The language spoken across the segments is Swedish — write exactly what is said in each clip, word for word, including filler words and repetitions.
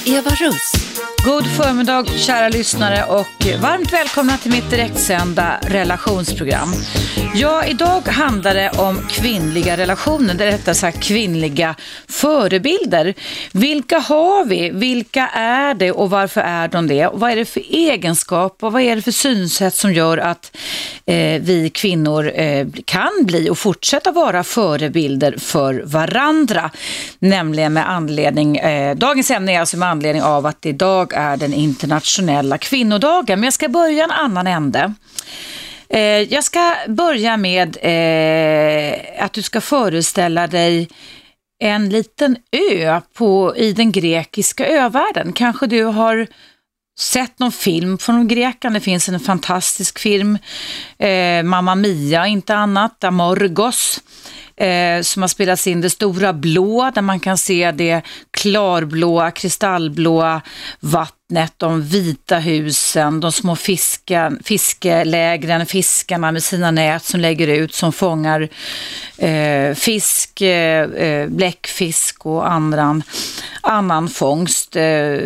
Eva Russ. God förmiddag kära lyssnare och varmt välkomna till mitt direktsända relationsprogram. Ja, idag handlar det om kvinnliga relationer, det är rättare sagt kvinnliga förebilder. Vilka har vi? Vilka är det och varför är de det? Och vad är det för egenskap och vad är det för synsätt som gör att eh, vi kvinnor eh, kan bli och fortsätta vara förebilder för varandra? Nämligen med anledning, eh, dagens ämne är alltså med anledning av att idag är den internationella kvinnodagen. Men jag ska börja en annan ände. Eh, jag ska börja med eh, att du ska föreställa dig en liten ö på, i den grekiska övärlden. Kanske du har sett någon film från Grekland. Det finns en fantastisk film, eh, Mamma Mia, inte annat, Amorgos, eh, som har spelats in, Det stora blå, där man kan se det klarblåa, kristallblåa vattnet, de vita husen, de små fisken, fiskelägren, fiskarna med sina nät som lägger ut, som fångar eh, fisk, eh, bläckfisk och annan, annan fångst. Eh,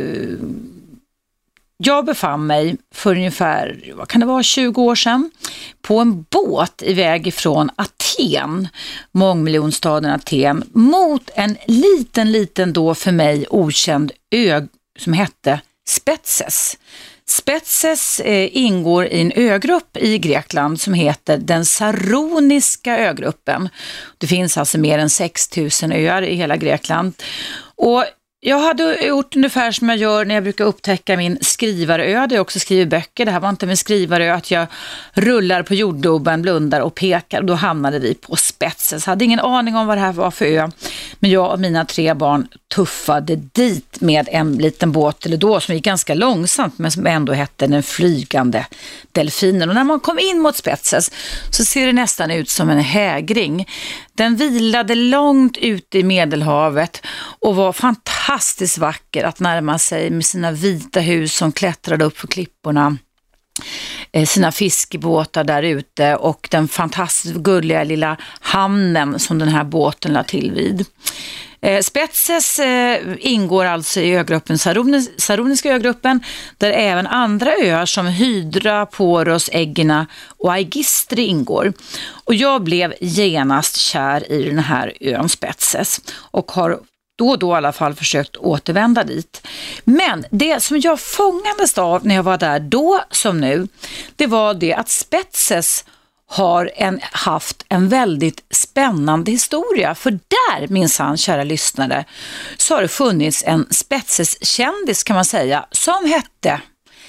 Jag befann mig för ungefär, vad kan det vara, tjugo år sedan på en båt iväg ifrån Aten, mångmiljonstaden Aten, mot en liten, liten då för mig okänd ö som hette Spetses. Spetses eh, ingår i en ögrupp i Grekland som heter den Saroniska ögruppen. Det finns alltså mer än sex tusen öar i hela Grekland. Och jag hade gjort ungefär som jag gör när jag brukar upptäcka min skrivarö, där jag också skriver böcker. Det här var inte min skrivarö, att jag rullar på jorddubben, blundar och pekar. Då hamnade vi på Spetses. Jag hade ingen aning om vad det här var för ö. Men jag och mina tre barn tuffade dit med en liten båt, eller då som gick ganska långsamt, men som ändå hette den flygande delfinen. Och när man kom in mot Spetses så ser det nästan ut som en hägring. Den vilade långt ute i Medelhavet och var fantastiskt vacker att närma sig med sina vita hus som klättrade upp för klipporna, sina fiskebåtar där ute och den fantastiskt gulliga lilla hamnen som den här båten la till vid. Spetses ingår alltså i ögruppen, Saroniska ögruppen, där även andra öar som Hydra, Poros, Egina och Aigistri ingår. Och jag blev genast kär i den här ön Spetses och har då och då i alla fall försökt återvända dit. Men det som jag fångades av när jag var där då som nu, det var det att Spetses har en, haft en väldigt spännande historia. För där, minsann, kära lyssnare, så har det funnits en Spetses-kändis kan man säga, som hette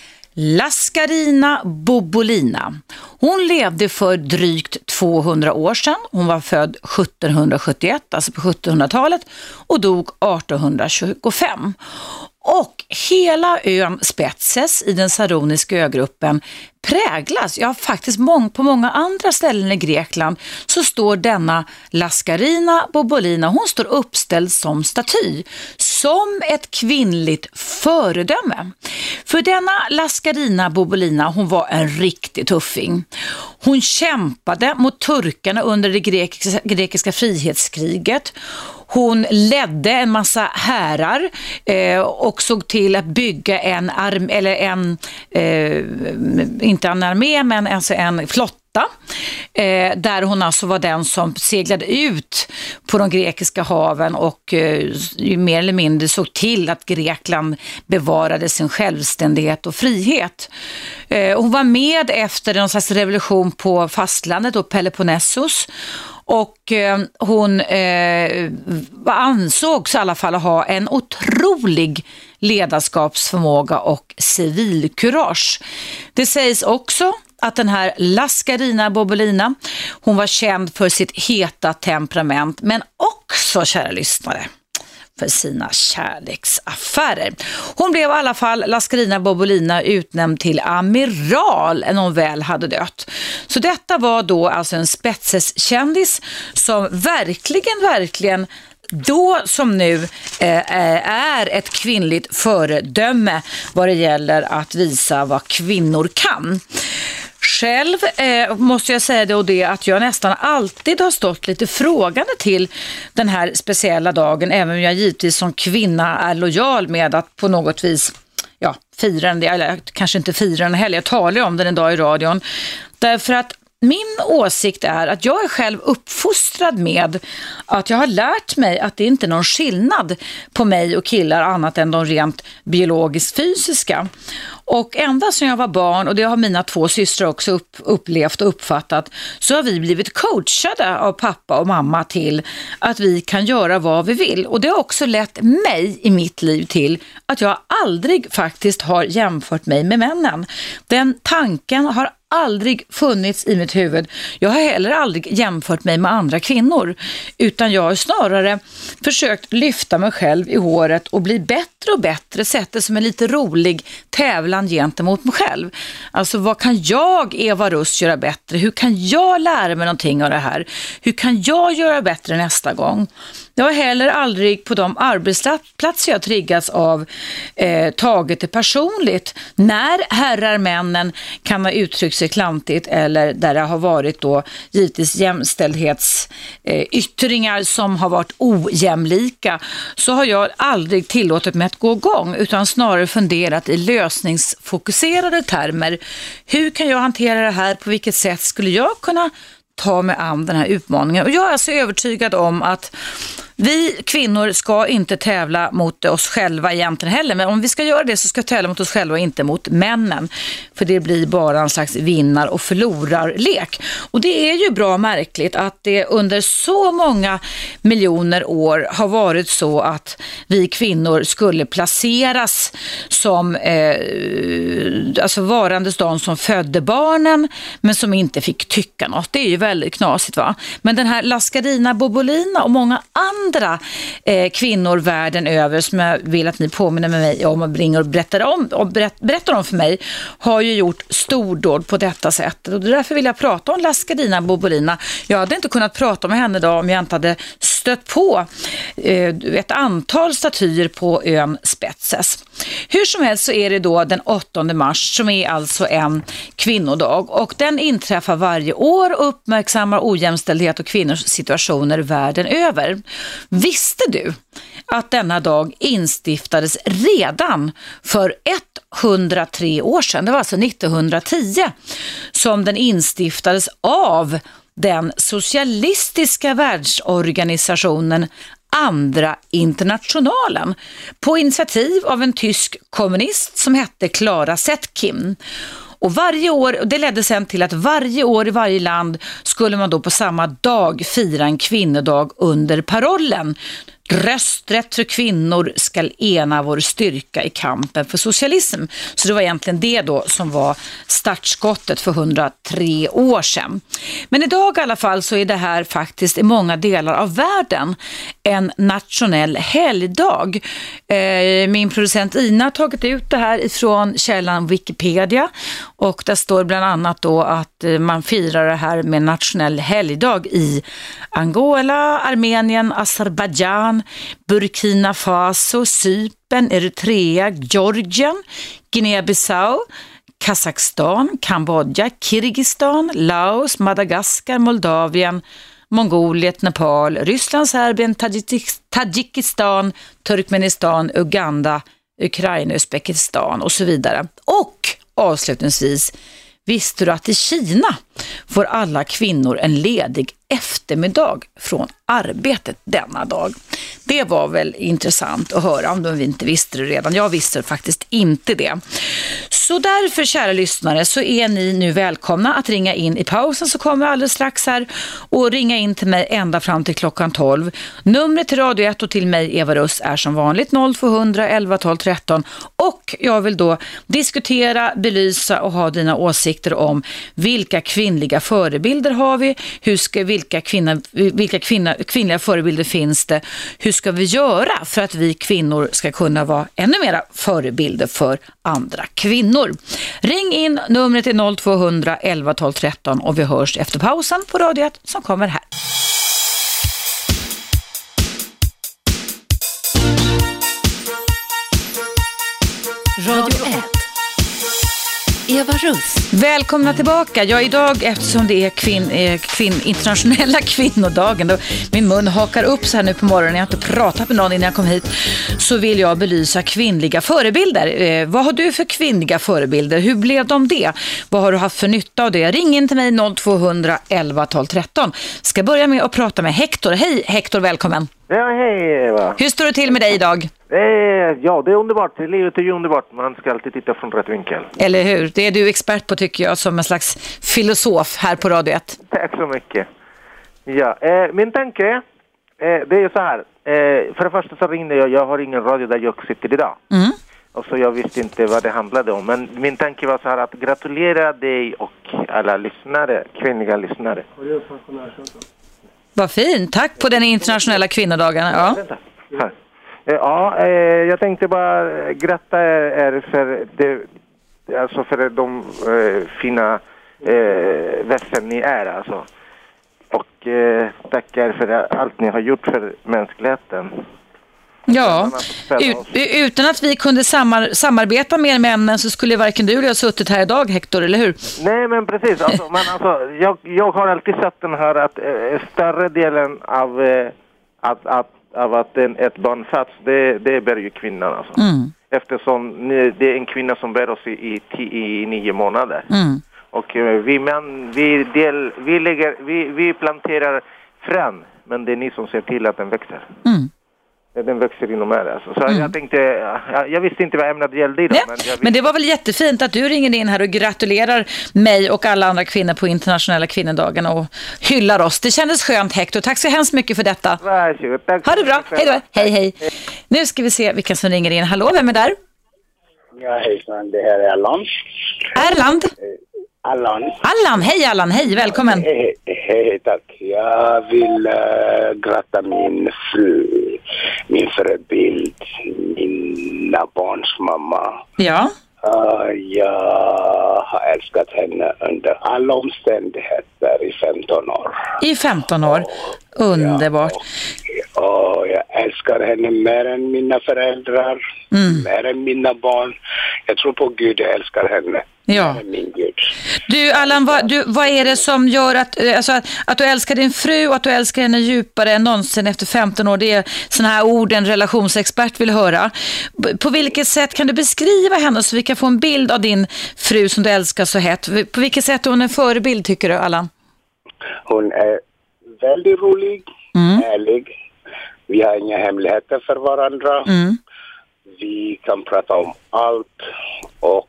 Laskarina Bobolina. Hon levde för drygt tvåhundra år sedan. Hon var född sjuttonhundrasjuttioett, alltså på sjuttonhundratalet, och dog artonhundratjugofem. Och hela ön Spetses i den Saroniska ögruppen präglas, ja faktiskt mång, på många andra ställen i Grekland så står denna Laskarina Bobolina, hon står uppställd som staty, som ett kvinnligt föredöme. För denna Laskarina Bobolina, hon var en riktig tuffing. Hon kämpade mot turkarna under det grekiska, grekiska frihetskriget. Hon ledde en massa härar eh, och såg till att bygga en arm eller en eh, inte en armé men alltså en flotta eh, där hon alltså var den som seglade ut på de grekiska haven och eh, mer eller mindre såg till att Grekland bevarade sin självständighet och frihet. Eh, hon var med efter en slags revolution på fastlandet och Peloponnesos. Och eh, hon eh, ansågs i alla fall ha en otrolig ledarskapsförmåga och civilkurage. Det sägs också att den här Laskarina Bobolina, hon var känd för sitt heta temperament, men också, kära lyssnare, för sina kärleksaffärer. Hon blev i alla fall, Laskarina Bobolina, utnämnd till amiral när hon väl hade dött. Så detta var då alltså en Spetses-kändis som verkligen, verkligen då som nu eh, är ett kvinnligt föredöme vad det gäller att visa vad kvinnor kan. Själv eh, måste jag säga det och det att jag nästan alltid har stått lite frågande till den här speciella dagen, även om jag givetvis som kvinna är lojal med att på något vis ja, fira den, eller kanske inte fira den heller, jag talar om den en dag i radion, därför att min åsikt är att jag är själv uppfostrad med att jag har lärt mig att det inte är någon skillnad på mig och killar annat än de rent biologiskt fysiska. Och ända sedan jag var barn, och det har mina två systrar också upp, upplevt och uppfattat, så har vi blivit coachade av pappa och mamma till att vi kan göra vad vi vill. Och det har också lett mig i mitt liv till att jag aldrig faktiskt har jämfört mig med männen. Den tanken har aldrig funnits i mitt huvud. Jag har heller aldrig jämfört mig med andra kvinnor, utan jag har snarare försökt lyfta mig själv i håret och bli bättre och bättre, sett det som en lite rolig tävlan gentemot mig själv. Alltså vad kan jag, Eva Russ, göra bättre? Hur kan jag lära mig någonting av det här? Hur kan jag göra bättre nästa gång? Jag har heller aldrig på de arbetsplatser jag triggats av eh, tagit det personligt när herrar, männen kan ha uttryckt sig klantigt eller där det har varit då givetvis jämställdhetsyttringar eh, som har varit ojämlika, så har jag aldrig tillåtit mig att gå igång utan snarare funderat i lösningsfokuserade termer. Hur kan jag hantera det här? På vilket sätt skulle jag kunna ta mig an den här utmaningen? Och jag är alltså övertygad om att vi kvinnor ska inte tävla mot oss själva egentligen heller, men om vi ska göra det så ska vi tävla mot oss själva och inte mot männen, för det blir bara en slags vinnar- och förlorarlek. Och det är ju bra märkligt att det under så många miljoner år har varit så att vi kvinnor skulle placeras som eh, alltså varandes de som födde barnen men som inte fick tycka något. Det är ju väldigt knasigt, va? Men den här Laskarina Bobolina och många andra andra eh, kvinnor världen över som jag vill att ni påminner med mig om och bringar och berättar om, och berätt, berättar om för mig, har ju gjort stordåd på detta sätt. Och därför vill jag prata om Laskarina Bobolina. Jag hade inte kunnat prata med henne idag om jag inte hade stött på eh, ett antal statyer på ön Spetses. Hur som helst så är det då den åttonde mars som är alltså en kvinnodag, och den inträffar varje år och uppmärksammar ojämställdhet och kvinnors situationer världen över. Visste du att denna dag instiftades redan för etthundratre år sedan? Det var alltså nittonhundratio som den instiftades av den socialistiska världsorganisationen Andra internationalen på initiativ av en tysk kommunist som hette Clara Zetkin. Och varje år, och det ledde sedan till att varje år i varje land skulle man då på samma dag fira en kvinnodag under parollen: rösträtt för kvinnor ska ena vår styrka i kampen för socialism. Så det var egentligen det då som var startskottet för hundratre år sedan. Men idag i alla fall så är det här faktiskt i många delar av världen en nationell helgdag. Eh, min producent Ina har tagit ut det här ifrån källan Wikipedia, och där står bland annat då att man firar det här med nationell helgdag i Angola, Armenien, Azerbaijan, Burkina Faso, Cypern, Eritrea, Georgien, Guinea-Bissau, Kazakstan, Kambodja, Kirgistan, Laos, Madagaskar, Moldavien, Mongoliet, Nepal, Ryssland, Serbien, Tadzjikistan, Turkmenistan, Uganda, Ukraina, Uzbekistan och så vidare. Och avslutningsvis, visste du att i Kina får alla kvinnor en ledig eftermiddag från arbetet denna dag? Det var väl intressant att höra om de inte visste det redan. Jag visste faktiskt inte det. Så därför, kära lyssnare, så är ni nu välkomna att ringa in i pausen, så kommer jag alldeles strax här, och ringa in till mig ända fram till klockan tolv. Numret till Radio ett och till mig, Eva Russ, är som vanligt noll två hundra elva tolv tretton, och jag vill då diskutera, belysa och ha dina åsikter om vilka kvinnliga förebilder har vi, hur ska, vilka, kvinna, vilka kvinna, kvinnliga förebilder finns det, hur ska vi göra för att vi kvinnor ska kunna vara ännu mera förebilder för andra kvinnor. Ring in, numret är noll två hundra elva tolv tretton, och vi hörs efter pausen på Radio ett som kommer här. Radio ett. Eva Russ. Välkomna tillbaka. Ja, idag, eftersom det är kvinn, eh, kvinn, internationella kvinnodagen, då min mun hakar upp så här nu på morgonen, jag har inte pratat med någon innan jag kom hit, så vill jag belysa kvinnliga förebilder. Eh, vad har du för kvinnliga förebilder? Hur blev de det? Vad har du haft för nytta av det? Ring in till mig noll två hundra elva tolv tretton. Ska börja med att prata med Hector. Hej Hector, välkommen. Ja, hej Eva. Hur står det till med dig idag? Eh, ja, det är underbart. Livet är ju underbart. Man ska alltid titta från rätt vinkel. Eller hur? Det är du expert på, tycker jag, som en slags filosof här på Radio ett. Tack så mycket. Ja, eh, min tanke, eh, det är ju så här. Eh, för det första så ringde jag, jag har ingen radio där jag sitter idag. Mm. Och så jag visste inte vad det handlade om. Men min tanke var så här att gratulera dig och alla lyssnare, kvinnliga lyssnare. Vad fint, tack på den internationella kvinnodagen. Ja. Här. Ja, eh, jag tänkte bara gratta er för det, alltså för de eh, fina eh, väsen ni är, alltså. Och eh, tackar för allt ni har gjort för mänskligheten. Ja, Ut, utan att vi kunde samar, samarbeta med männen så skulle varken du eller jag suttit här idag, Hector, eller hur? Nej, men precis. Alltså, men alltså, jag, jag har alltid sett den här att eh, större delen av, eh, att, att, av att en, ett barn föds, det, det bär ju kvinnan. Alltså. Mm. Eftersom det är en kvinna som bär oss i, i, i nio månader. Mm. Och eh, vi män, vi, del, vi, lägger, vi, vi planterar frön, men det är ni som ser till att den växer. Mm. Den växer inom er. Alltså. Så mm. jag tänkte, jag, jag visste inte vad ämnet gällde idag. Men, jag men det var väl jättefint att du ringer in här och gratulerar mig och alla andra kvinnor på internationella kvinnodagen och hyllar oss. Det kändes skönt, Hector. Tack så hemskt mycket för detta. Varsågod. Tack. Ha det bra. Hej då. Hej, hej. Nu ska vi se vilka som ringer in. Hallå, vem är där? Ja, hejsan. Det här är Allan. Erland? Allan. Allan, hej Allan. Hej, välkommen. Hej, hej, tack. Jag vill uh, gratta min fru, min förebild, mina barns mamma. Ja. Uh, jag har älskat henne under alla omständigheter i femton år. I femton år? Underbart. Ja, och, och jag älskar henne mer än mina föräldrar, mm. mer än mina barn. Jag tror på Gud, jag älskar henne. Ja. Min Gud. Du Allan, vad, du, vad är det som gör att, alltså, att, att du älskar din fru och att du älskar henne djupare än någonsin efter femton år? Det är såna här ord en relationsexpert vill höra. På vilket sätt kan du beskriva henne så vi kan få en bild av din fru som du älskar så hett? På vilket sätt är hon en förebild, tycker du, Allan? Hon är väldigt rolig, mm. ärlig. Vi har inga hemligheter för varandra. Mm. Vi kan prata om allt och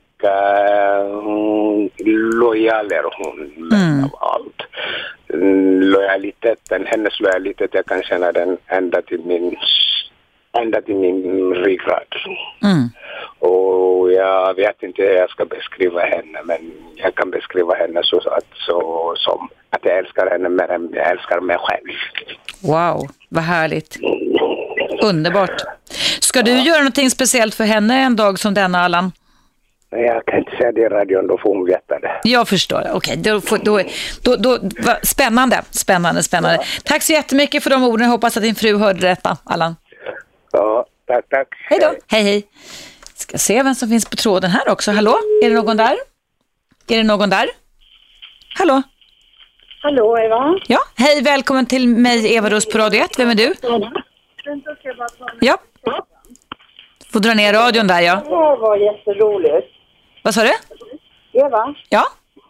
Uh, lojal är hon mm. av allt. Lojaliteten, hennes lojalitet, jag kan känna den ända till min ända till min ryggrad. Mm. Och jag vet inte hur jag ska beskriva henne, men jag kan beskriva henne så att, så, som att jag älskar henne mer än jag älskar mig själv. Wow, vad härligt. Underbart. Ska du göra någonting speciellt för henne en dag som denna, Allan? Jag kan inte säga det i radion, då får hon veta det. Jag förstår. Okej, då, då, då, då, då, spännande, spännande, spännande. Ja. Tack så jättemycket för de orden. Jag hoppas att din fru hörde detta, Allan. Ja, tack, tack. Hej då. Hej, hej. Ska se vem som finns på tråden här också. Hallå, är det någon där? Är det någon där? Hallå? Hallå, Eva. Ja, hej, välkommen till mig, Eva Russ på Radio ett. Vem är du? Ja. Får dra ner radion där, ja. Det här var jätteroligt. Vad sa du? Eva? Ja.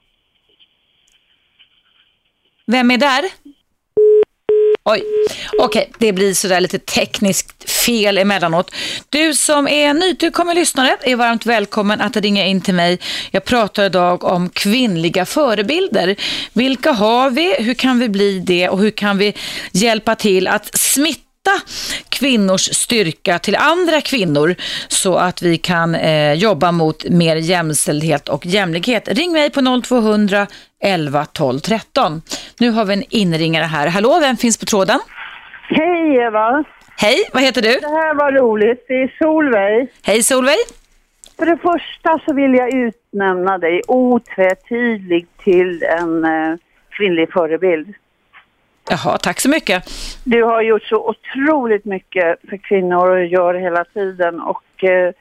Vem är där? Oj, okej, okay, det blir sådär lite tekniskt fel emellanåt. Du som är nytillkommen lyssnare är varmt välkommen att ringa in till mig. Jag pratar idag om kvinnliga förebilder. Vilka har vi? Hur kan vi bli det? Och hur kan vi hjälpa till att smitta kvinnors styrka till andra kvinnor så att vi kan eh, jobba mot mer jämställdhet och jämlikhet? Ring mig på noll två hundra elva tolv tretton. Nu har vi en inringare här. Hallå, vem finns på tråden? Hej Eva. Hej, vad heter du? Det här var roligt. Det är Solveig. Hej Solveig. För det första så vill jag utnämna dig otvetydigt till en eh, kvinnlig förebild. Jaha, tack så mycket. Du har gjort så otroligt mycket för kvinnor och gör hela tiden. Och eh,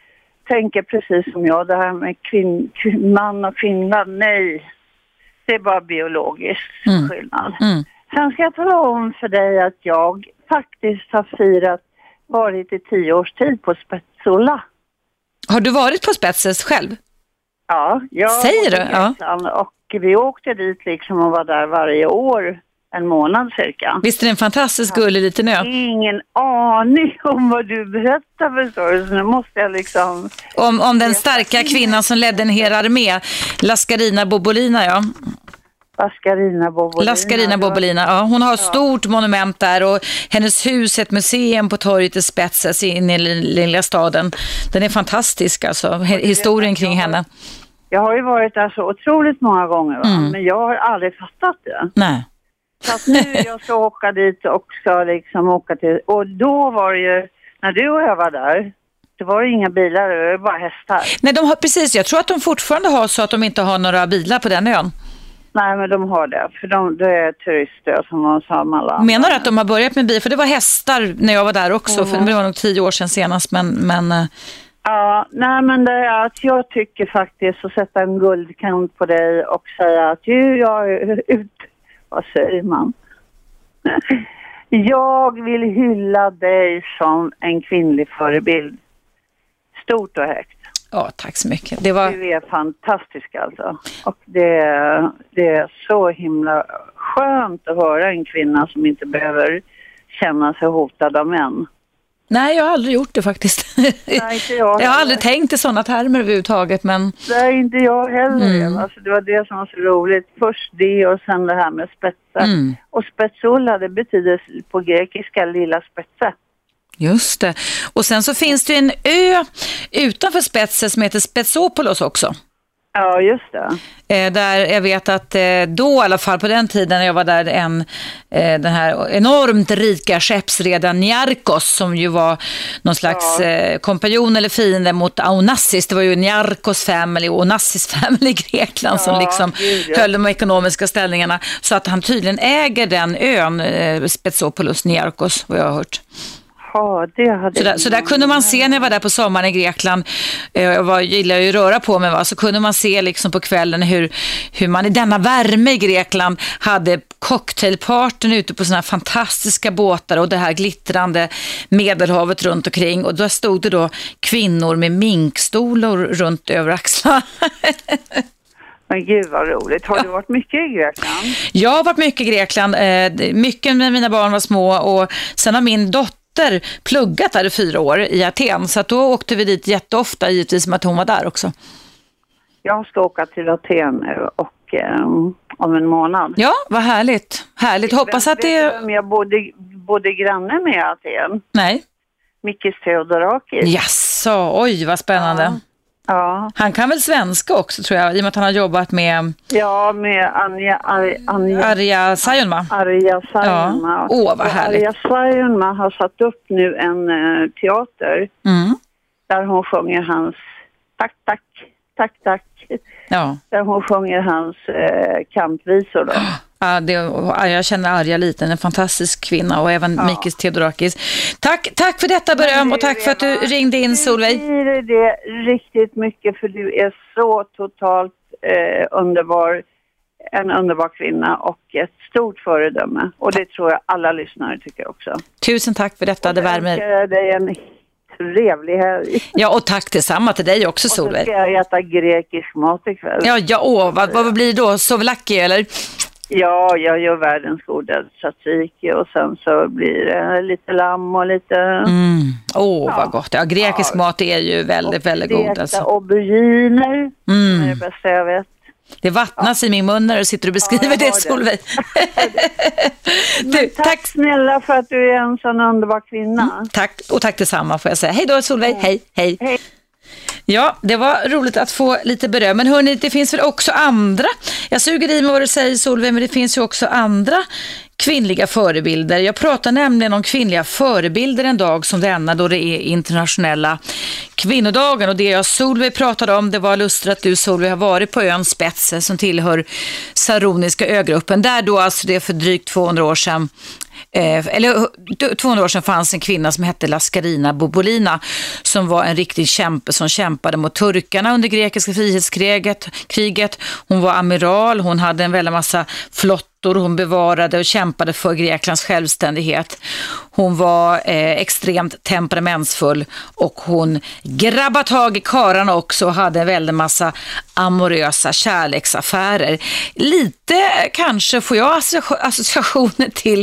tänker precis som jag, det här med kvin, kvin, man och kvinna, nej. Det är bara biologisk mm. skillnad. Mm. Sen ska jag tala om för dig att jag faktiskt har firat, varit i tio års tid på Spetsola. Har du varit på Spetses själv? Ja, jag Säger du? Ja. Och vi åkte dit liksom och var där varje år, en månad cirka. Visst är det en fantastisk gullig liten ö? Ingen aning om vad du berättar, förstår du, så nu måste jag liksom... Om, om den starka kvinnan som ledde en hel armé, Lascarina Bobolina, ja. Lascarina Bobolina. Lascarina Bobolina, ja. Hon har ett ja. stort monument där och hennes hus är ett museum på torget i Spetses in i lilla staden. Den är fantastisk, alltså, historien kring henne. Jag har ju varit där så otroligt många gånger, va? Mm. Men jag har aldrig fattat det. Nej. Så att nu jag ska åka dit också, liksom åka till, och då var det ju, när du och jag var där, det var ju inga bilar, det var bara hästar. Nej, de har precis, jag tror att de fortfarande har så att de inte har några bilar på den ön. Nej, men de har det, för de, det är turister som var samma land. Menar du att de har börjat med bil? För det var hästar när jag var där också, mm. för det var nog tio år sedan senast, men... men ja, nej men det är att jag tycker faktiskt att sätta en guldkant på dig och säga att ju, jag är ute. Vad säger man? Jag vill hylla dig som en kvinnlig förebild. Stort och högt. Ja, tack så mycket. Det var... Du är fantastisk alltså. Och det, det är så himla skönt att höra en kvinna som inte behöver känna sig hotad av män. Nej, jag har aldrig gjort det faktiskt. Nej, inte jag, jag har aldrig tänkt i sådana termer överhuvudtaget. Men... Nej, inte jag heller. Mm. Alltså, det var det som var så roligt. Först det och sen det här med spetsar. Mm. Och Spetsola, det betyder på grekiska lilla spetsa. Just det. Och sen så finns det en ö utanför Spetses som heter Spetsopolos också. Ja, just det. Eh, där jag vet att eh, då i alla fall på den tiden när jag var där en, eh, den här enormt rika skeppsredaren Niarkos som ju var någon slags ja. eh, kompanjon eller fiende mot Onassis. Det var ju Niarkos family och Onassis family i Grekland ja, som liksom gud, höll de ekonomiska ställningarna. Så att han tydligen äger den ön, eh, Spetsopolos Niarkos, vad jag har hört. Ja, det hade så, där, så där kunde man se när jag var där på sommaren i Grekland, jag var, gillade ju att röra på mig, va? Så kunde man se liksom på kvällen hur, hur man i denna värme i Grekland hade cocktailparten ute på såna här fantastiska båtar och det här glittrande Medelhavet runt omkring, och då stod det då kvinnor med minkstolar runt över axlarna. Men gud vad roligt. Har ja. du varit mycket i Grekland? Jag har varit mycket i Grekland, mycket när mina barn var små, och sen har min dotter pluggat där i fyra år i Aten, så att då åkte vi dit jätteofta, givetvis som att hon var där också. Jag ska åka till Aten nu och um, om en månad. Ja, vad härligt. Härligt. Hoppas att det... Jag bodde, bodde granne med Aten. Nej. Mikis Theodorakis. Jaså, oj vad spännande. Ja. Ja. Han kan väl svenska också, tror jag, i och med att han har jobbat med... Ja, med Anja... Ar, Anja Arja Saijonmaa. Arja Saijonmaa. Ja. Åh, vad härligt. Arja Saijonmaa har satt upp nu en uh, teater mm. där hon sjunger hans tack, tack, tack, tack. Ja. Där hon sjunger hans uh, kampvisor då. Ja, det, jag känner Arja lite, en fantastisk kvinna, och även ja. Mikis Theodorakis. Tack, tack för detta beröm och tack för att du ringde in, Solveig. Det är det riktigt mycket, för du är så totalt eh, underbar, en underbar kvinna och ett stort föredöme. Och det tror jag alla lyssnare tycker också. Tusen tack för detta, det värmer. Det är en trevlig helg. Ja, och tack detsamma till dig också, Solveig. Och så ska jag äta grekisk mat ikväll. Ja, ja åh, vad, vad blir det då? Souvlaki eller? Ja, jag gör världens goda tzatziki och sen så blir det lite lamm och lite... Mm. Åh, oh, ja. vad gott. Ja, grekisk ja. mat är ju väldigt, väldigt god. Alltså. auberginer, mm. det är det bästa jag vet. Det vattnas ja. i min mun när du sitter och beskriver ja, det, Solveig. du, tack, tack snälla för att du är en sån underbar kvinna. Mm, tack, och tack detsamma får jag säga. Hej då, Solveig. Mm. Hej, hej. Hej. Ja, det var roligt att få lite beröm. Men hörni, det finns väl också andra. Jag suger i mig vad du säger, Solveig, men det finns ju också andra kvinnliga förebilder. Jag pratar nämligen om kvinnliga förebilder en dag som denna, då det är internationella kvinnodagen. Och det jag Solveig pratade om, det var lustigt att du, Solveig, har varit på ön Spetses som tillhör Saroniska ögruppen. Där då alltså det för drygt tvåhundra år sedan eh, eller tvåhundra år sedan fanns en kvinna som hette Laskarina Bobolina som var en riktig kämpe som kämpade mot turkarna under grekiska frihetskriget. Kriget. Hon var amiral, hon hade en väldigt massa flott. Hon bevarade och kämpade för Greklands självständighet. Hon var eh, extremt temperamentsfull och hon grabbade tag i karlarna också och hade en väldigt massa amorösa kärleksaffärer. Lite kanske får jag associationer till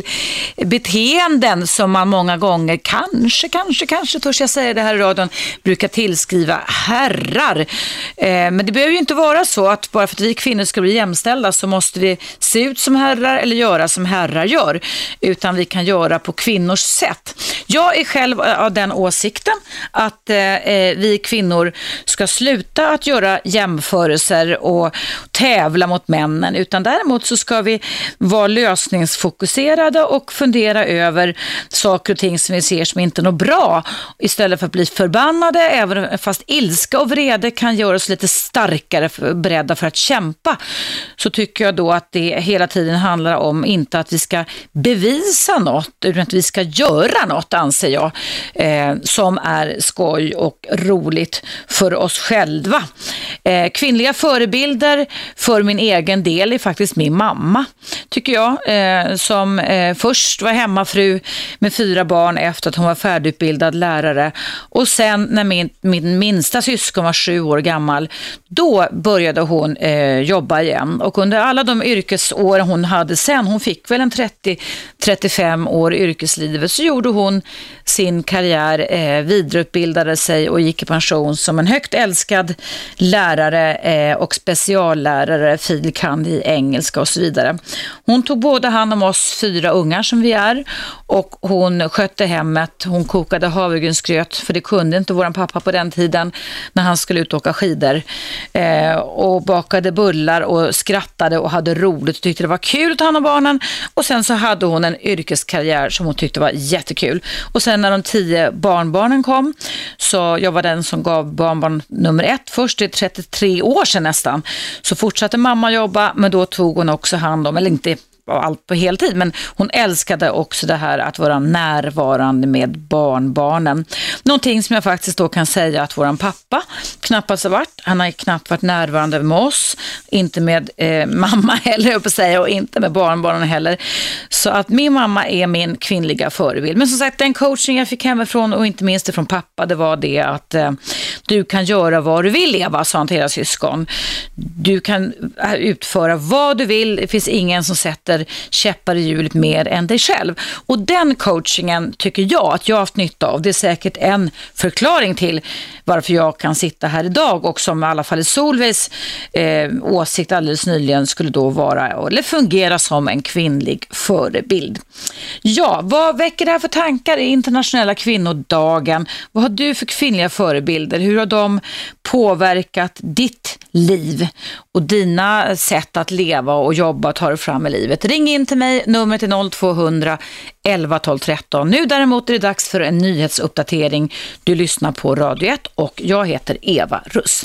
beteenden som man många gånger kanske, kanske, kanske törs jag säga det här i radion brukar tillskriva herrar. Eh, men det behöver ju inte vara så att bara för att vi kvinnor ska bli jämställda så måste vi se ut som herrar eller göra som herrar gör, utan vi kan göra på kvinnors sätt. Jag är själv av den åsikten att eh, vi kvinnor ska sluta att göra jämförelser och tävla mot männen, utan däremot så ska vi vara lösningsfokuserade och fundera över saker och ting som vi ser som inte är något bra, istället för att bli förbannade, även fast ilska och vrede kan göra oss lite starkare, beredda för att kämpa, så tycker jag då att det hela tiden handlar om inte att vi ska bevisa något, utan att vi ska göra något, anser jag, eh, som är skoj och roligt för oss själva. Eh, kvinnliga förebilder för min egen del är faktiskt min mamma, tycker jag, eh, som eh, först var hemmafru med fyra barn efter att hon var färdigutbildad lärare, och sen när min, min minsta syskon var sju år gammal, då började hon eh, jobba igen, och under alla de yrkesår hon hade sen, hon fick väl en trettio till trettiofem år i yrkeslivet, så gjorde hon sin karriär, eh, vidareutbildade sig och gick i pension som en högt älskad lärare eh, och speciallärare, filkand i engelska och så vidare. Hon tog både hand om oss fyra ungar som vi är, och hon skötte hemmet, hon kokade havregrynsgröt, för det kunde inte våran pappa på den tiden när han skulle ut och åka skidor, eh, och bakade bullar och skrattade och hade roligt och tyckte det var kul att ta hand om barnen, och sen så hade hon en yrkeskarriär som hon tyckte var jättekul. Och sen när de tio barnbarnen kom, så jag var den som gav barnbarn nummer ett först, det är trettiotre år sedan nästan, så fortsatte mamma jobba, men då tog hon också hand om, eller inte allt på heltid, men hon älskade också det här att vara närvarande med barnbarnen. Någonting som jag faktiskt då kan säga att våran pappa knappast har varit. Han har knappt varit närvarande med oss, inte med eh, mamma heller, jag på säga, och inte med barnbarnen heller. Så att min mamma är min kvinnliga förebild. Men som sagt, den coaching jag fick hemifrån och inte minst från pappa, det var det att eh, du kan göra vad du vill, Eva, sa han till era syskon. Du kan utföra vad du vill, det finns ingen som sätter käppar i hjulet mer än dig själv. Och den coachingen tycker jag att jag har haft nytta av. Det är säkert en förklaring till varför jag kan sitta här idag, och som i alla fall i Solveigs eh, åsikt alldeles nyligen skulle då vara, eller fungera som en kvinnlig förebild. Ja, vad väcker det här för tankar i internationella kvinnodagen? Vad har du för kvinnliga förebilder? Hur har de påverkat ditt liv och dina sätt att leva och jobba och ta dig fram i livet? Ring in till mig, numret är noll två hundra elva tolv tretton. Nu däremot är det dags för en nyhetsuppdatering. Du lyssnar på Radio ett och jag heter Eva Russ.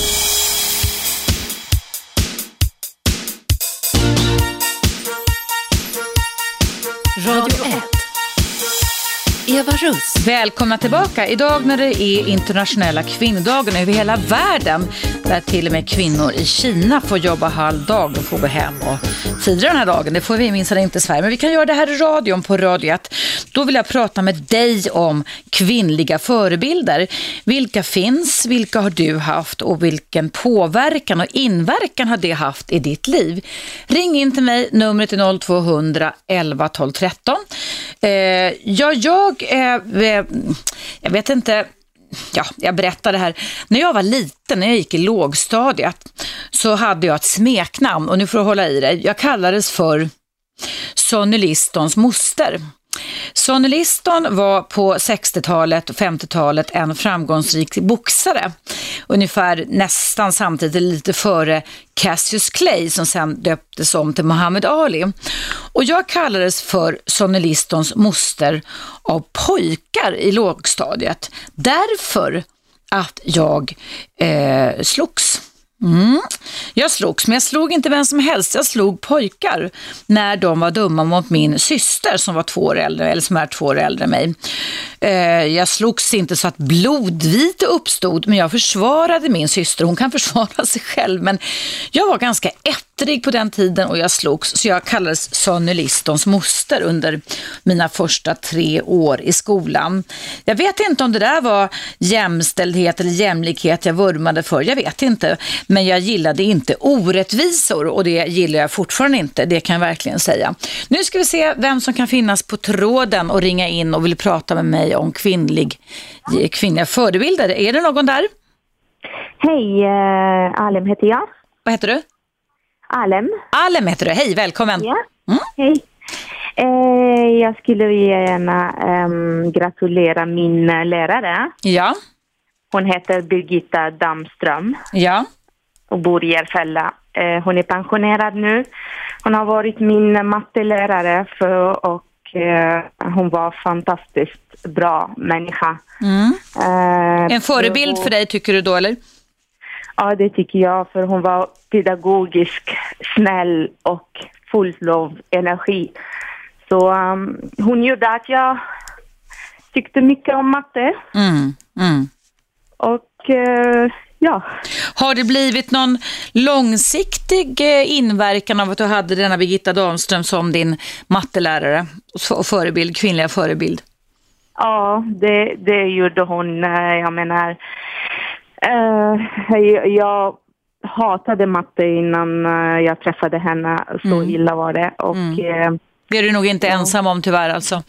Radio ett. Eva Russ. Välkomna tillbaka. Idag när det är internationella kvinnodagen över hela världen, där till och med kvinnor i Kina får jobba halvdag och får gå hem och fira den här dagen. Det får vi minst inte i Sverige, men vi kan göra det här i radion på Radio ett. Då vill jag prata med dig om kvinnliga förebilder. Vilka finns, vilka har du haft och vilken påverkan och inverkan har det haft i ditt liv? Ring in till mig, numret är noll två hundra elva tolv tretton. Eh, ja, jag Eh, jag vet inte, ja, jag berättade här. När jag var liten, när jag gick i lågstadiet, så hade jag ett smeknamn, och nu får du hålla i dig. Jag kallades för Sonny Listons moster. Sonny Liston var på sextiotalet och femtiotalet en framgångsrik boxare. Ungefär nästan samtidigt, lite före Cassius Clay, som sen döptes om till Muhammad Ali. Och jag kallades för Sonny Listons moster av pojkar i lågstadiet, därför att jag eh, slogs. Mm. Jag slogs, men jag slog inte vem som helst. Jag slog pojkar när de var dumma mot min syster som var två år äldre, eller som är två år äldre än mig. Eh, jag slogs inte så att blodvite uppstod, men jag försvarade min syster. Hon kan försvara sig själv, men jag var ganska ettrig på den tiden och jag slogs, så jag kallades Sonny Listons moster under mina första tre år i skolan. Jag vet inte om det där var jämställdhet eller jämlikhet jag vurmade för, jag vet inte. Men jag gillade inte orättvisor och det gillar jag fortfarande inte, det kan jag verkligen säga. Nu ska vi se vem som kan finnas på tråden och ringa in och vill prata med mig om kvinnlig, kvinnliga förebilder. Är det någon där? Hej, uh, Alem heter jag. Vad heter du? Alem. Alem heter du, hej, välkommen. Ja, mm. hej. Uh, jag skulle gärna um, gratulera min lärare. Ja. Hon heter Birgitta Damström. Ja. Och bor i Järfälla. Uh, hon är pensionerad nu. Hon har varit min mattelärare för, och uh, hon var fantastiskt bra människa. Mm. Uh, en förebild för dig tycker du då, eller? Ja, det tycker jag, för hon var pedagogisk, snäll och full av energi. Så um, hon gjorde att jag tyckte mycket om matte. Mm. Mm. Och uh, ja. Har det blivit någon långsiktig inverkan av att du hade denna Birgitta Damström som din mattelärare och förebild, kvinnliga förebild? Ja, det, det gjorde hon. Jag menar, uh, jag hatade matte innan jag träffade henne. Så mm. illa var det. Och, mm. uh, det är du nog inte ja. ensam om tyvärr alltså.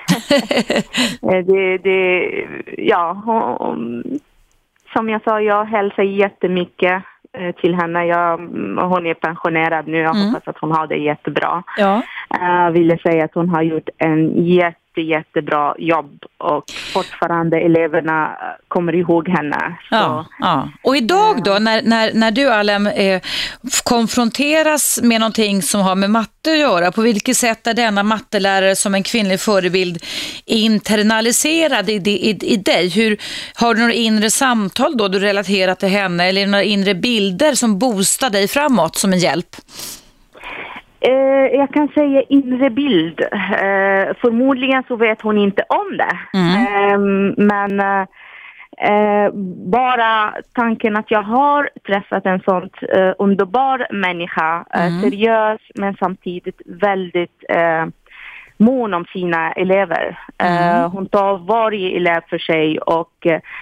det, det, ja, hon, som jag sa, jag hälsar jättemycket till henne. Jag, hon är pensionerad nu. Jag mm. hoppas att hon har det jättebra. Ja. Jag ville säga att hon har gjort en jätte, jättebra jobb och fortfarande eleverna kommer ihåg henne. Ja, ja. Och idag då, när, när, när du Alem eh, konfronteras med någonting som har med matte att göra, på vilket sätt är denna mattelärare som en kvinnlig förebild internaliserad i, i, i dig? Hur, har du några inre samtal då du relaterar till henne, eller några inre bilder som boostar dig framåt som en hjälp? Uh, jag kan säga inre bild. Uh, förmodligen så vet hon inte om det. Mm. Uh, men uh, bara tanken att jag har träffat en sån uh, underbar människa, mm. uh, seriös men samtidigt väldigt uh, mån om sina elever. Mm. Uh, hon tar varje elev för sig och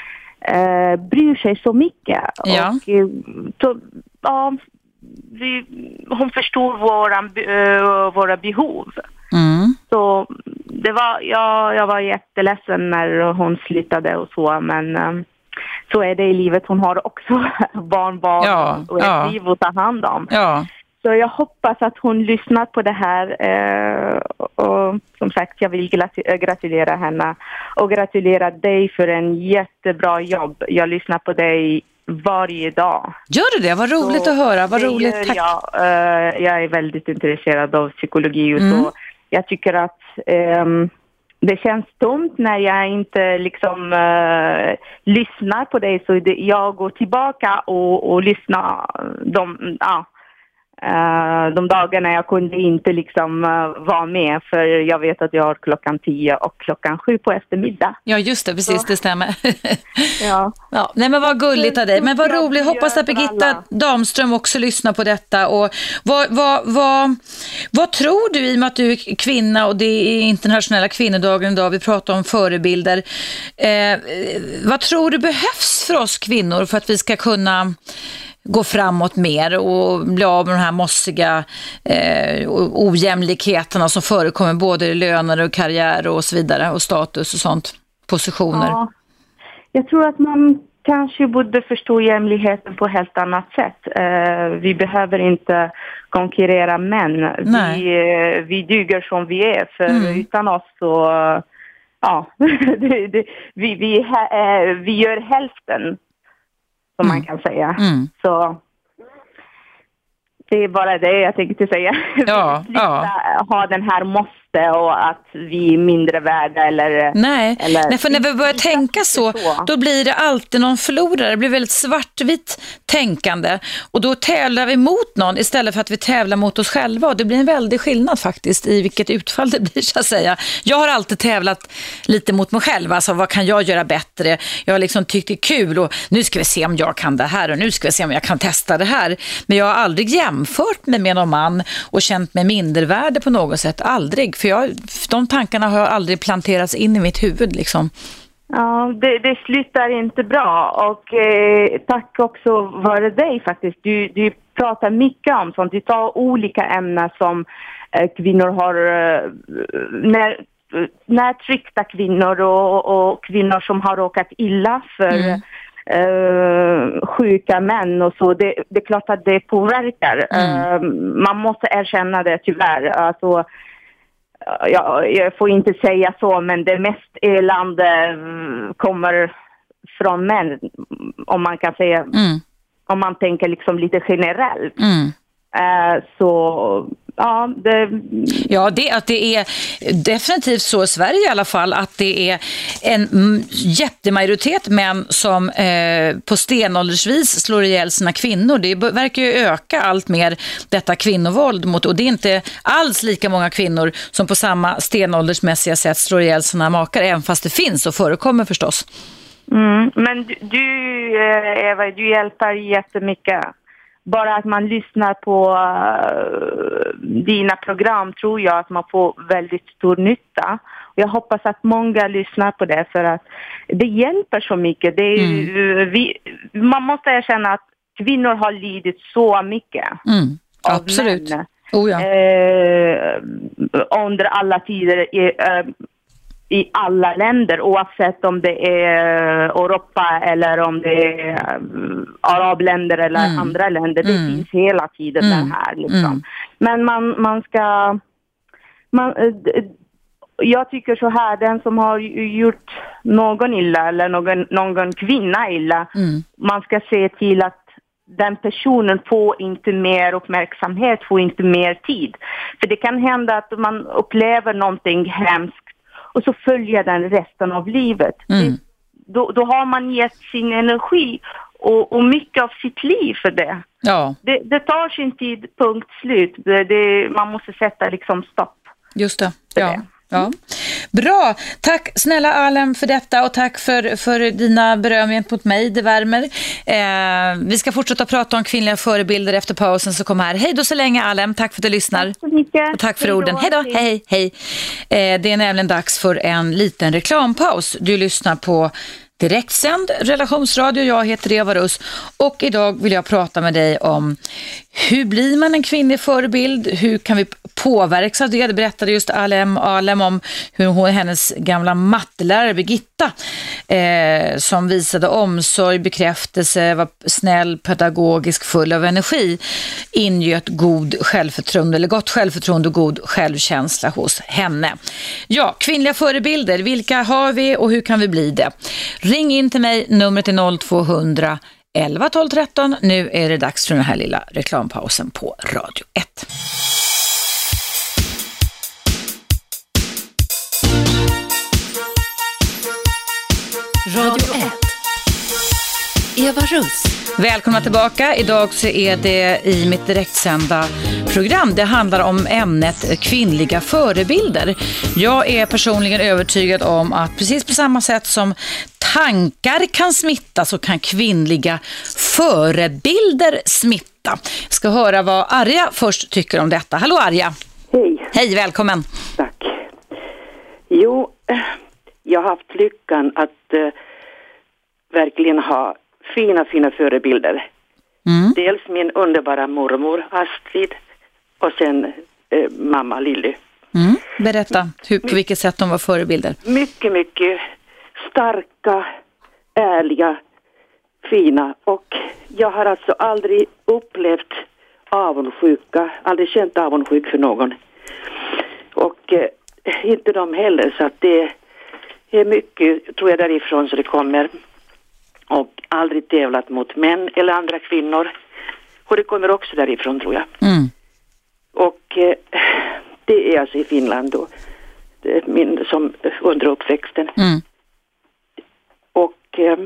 uh, bryr sig så mycket. Ja. Och, uh, to, uh, Vi, hon förstod våra, uh, våra behov. Mm. Så det var, ja, jag var jätteledsen när hon slutade och så, men um, så är det i livet. Hon har också barnbarn ja, och ett ja. liv att ta hand om. Ja. Så jag hoppas att hon lyssnar på det här uh, och som sagt, jag vill gratulera henne och gratulera dig för en jättebra jobb. Jag lyssnar på dig varje dag. Gör du det? Vad roligt så att höra. Vad roligt. Tack. Jag, uh, jag är väldigt intresserad av psykologi och mm. så. Jag tycker att um, det känns tomt när jag inte liksom uh, lyssnar på dig. Så det, jag går tillbaka och, och lyssnar de, uh, uh, de dagarna jag kunde inte liksom uh, vara med. För jag vet att jag har klockan tio och klockan sju på eftermiddag. Ja, just det. Precis, så. Det stämmer. Ja. Ja, nej, men vad gulligt av dig. Men vad roligt. Hoppas att Birgitta Damström också lyssnar på detta. Och vad, vad, vad, vad tror du, i och med att du är kvinna och det är internationella kvinnodagen idag, vi pratar om förebilder. Eh, vad tror du behövs för oss kvinnor för att vi ska kunna gå framåt mer och bli av med de här mossiga eh, ojämlikheterna som förekommer både i löner och karriär och så vidare, och status och sånt, positioner? Ja. Jag tror att man kanske borde förstå jämlikheten på ett helt annat sätt. Uh, vi behöver inte konkurrera män. Vi, uh, vi duger som vi är, för mm. utan oss så... Uh, ja, det, det, vi, vi, uh, vi gör hälften, som mm. man kan säga. Mm. Så det är bara det jag tänkte säga. Ja, Sluta, ha den här måste och att vi är mindre värda eller... Nej, eller, Nej för när vi börjar tänka så, så, då blir det alltid någon förlorare. Det blir väldigt svartvitt tänkande. Och då tävlar vi mot någon istället för att vi tävlar mot oss själva. Och det blir en väldig skillnad faktiskt i vilket utfall det blir, så att säga. Jag har alltid tävlat lite mot mig själv. Alltså, vad kan jag göra bättre? Jag har liksom tyckt det är kul och nu ska vi se om jag kan det här och nu ska vi se om jag kan testa det här. Men jag har aldrig jämfört mig med någon man och känt mig mindervärde på något sätt. Aldrig. För jag, de tankarna har aldrig planterats in i mitt huvud liksom. Ja, det, det slutar inte bra. Och eh, tack också vare dig faktiskt. Du, du pratar mycket om sånt. Du tar olika ämnen som eh, kvinnor har... Eh, när, närtryckta kvinnor och, och kvinnor som har råkat illa för... Mm. Uh, sjuka män och så, det, det är klart att det påverkar. Mm. Uh, man måste erkänna det tyvärr. Alltså, ja, jag får inte säga så, men det mest elände kommer från män, om man kan säga, mm. om man tänker liksom lite generellt. Mm. Uh, så ja, det... ja det, att det är definitivt så i Sverige i alla fall att det är en jättemajoritet män som eh, på stenåldersvis slår ihjäl sina kvinnor. Det verkar ju öka allt mer detta kvinnovåld mot, och det är inte alls lika många kvinnor som på samma stenåldersmässiga sätt slår ihjäl sina makar, även fast det finns och förekommer förstås. Mm, men du, du Eva, du hjälper jättemycket. Bara att man lyssnar på uh, dina program tror jag att man får väldigt stor nytta. Jag hoppas att många lyssnar på det för att det hjälper så mycket. Det är, mm. vi, man måste erkänna att kvinnor har lidit så mycket. Mm. Absolut. Oh ja. eh, under alla tider i, eh, i alla länder, oavsett om det är Europa eller om det är arabländer eller mm. andra länder. Det mm. finns hela tiden mm. den här liksom. Mm. Men man, man ska man, jag tycker så här, den som har gjort någon illa eller någon, någon kvinna illa, mm. man ska se till att den personen får inte mer uppmärksamhet, får inte mer tid. För det kan hända att man upplever någonting hemskt och så följer den resten av livet. Mm. Det, då, då har man gett sin energi och, och mycket av sitt liv för det. Ja. Det, det tar sin tid, punkt slut. Det, det, man måste sätta liksom stopp. Just det, ja. Det. Ja. Bra, tack snälla Alem för detta och tack för, för dina beröm gentemot mig, det värmer. Eh, vi ska fortsätta prata om kvinnliga förebilder efter pausen så kom här. Hej då så länge Alem, tack för att du lyssnar. Tack så mycket. Och tack för hej orden. Hej då, hej, hej. Eh, det är nämligen dags för en liten reklampaus. Du lyssnar på direktsänd relationsradio. Jag heter Eva Russ och idag vill jag prata med dig om hur blir man en kvinnlig förebild? Hur kan vi påverkas av det? Det berättade just Alem, Alem om hur hon, hennes gamla mattelärare Birgitta eh, som visade omsorg, bekräftelse, var snäll, pedagogisk, full av energi, ingöt god självförtroende eller gott självförtroende och god självkänsla hos henne. Ja, kvinnliga förebilder, vilka har vi och hur kan vi bli det? Ring in till mig, numret är noll två hundra elva tolv tretton. Nu är det dags för den här lilla reklampausen på Radio ett. Radio ett. Eva Russ. Välkomna tillbaka. Idag så är det i mitt direktsända program. Det handlar om ämnet kvinnliga förebilder. Jag är personligen övertygad om att precis på samma sätt som tankar kan smitta så kan kvinnliga förebilder smitta. Jag ska höra vad Arja först tycker om detta. Hallå Arja. Hej. Hej, välkommen. Tack. Jo, jag har haft lyckan att uh, verkligen ha fina, fina förebilder. Mm. Dels min underbara mormor Astrid och sen uh, mamma Lilly. Mm. Berätta, hur, på vilket sätt de var förebilder? Mycket, mycket starka, ärliga, fina. Och jag har alltså aldrig upplevt avundsjuka, aldrig känt avundsjuk för någon. Och eh, inte de heller, så att det är mycket, tror jag, därifrån så det kommer. Och aldrig tävlat mot män eller andra kvinnor. Och det kommer också därifrån, tror jag. Mm. Och eh, det är alltså i Finland då. Det är min som under uppväxten. Mm. Och eh,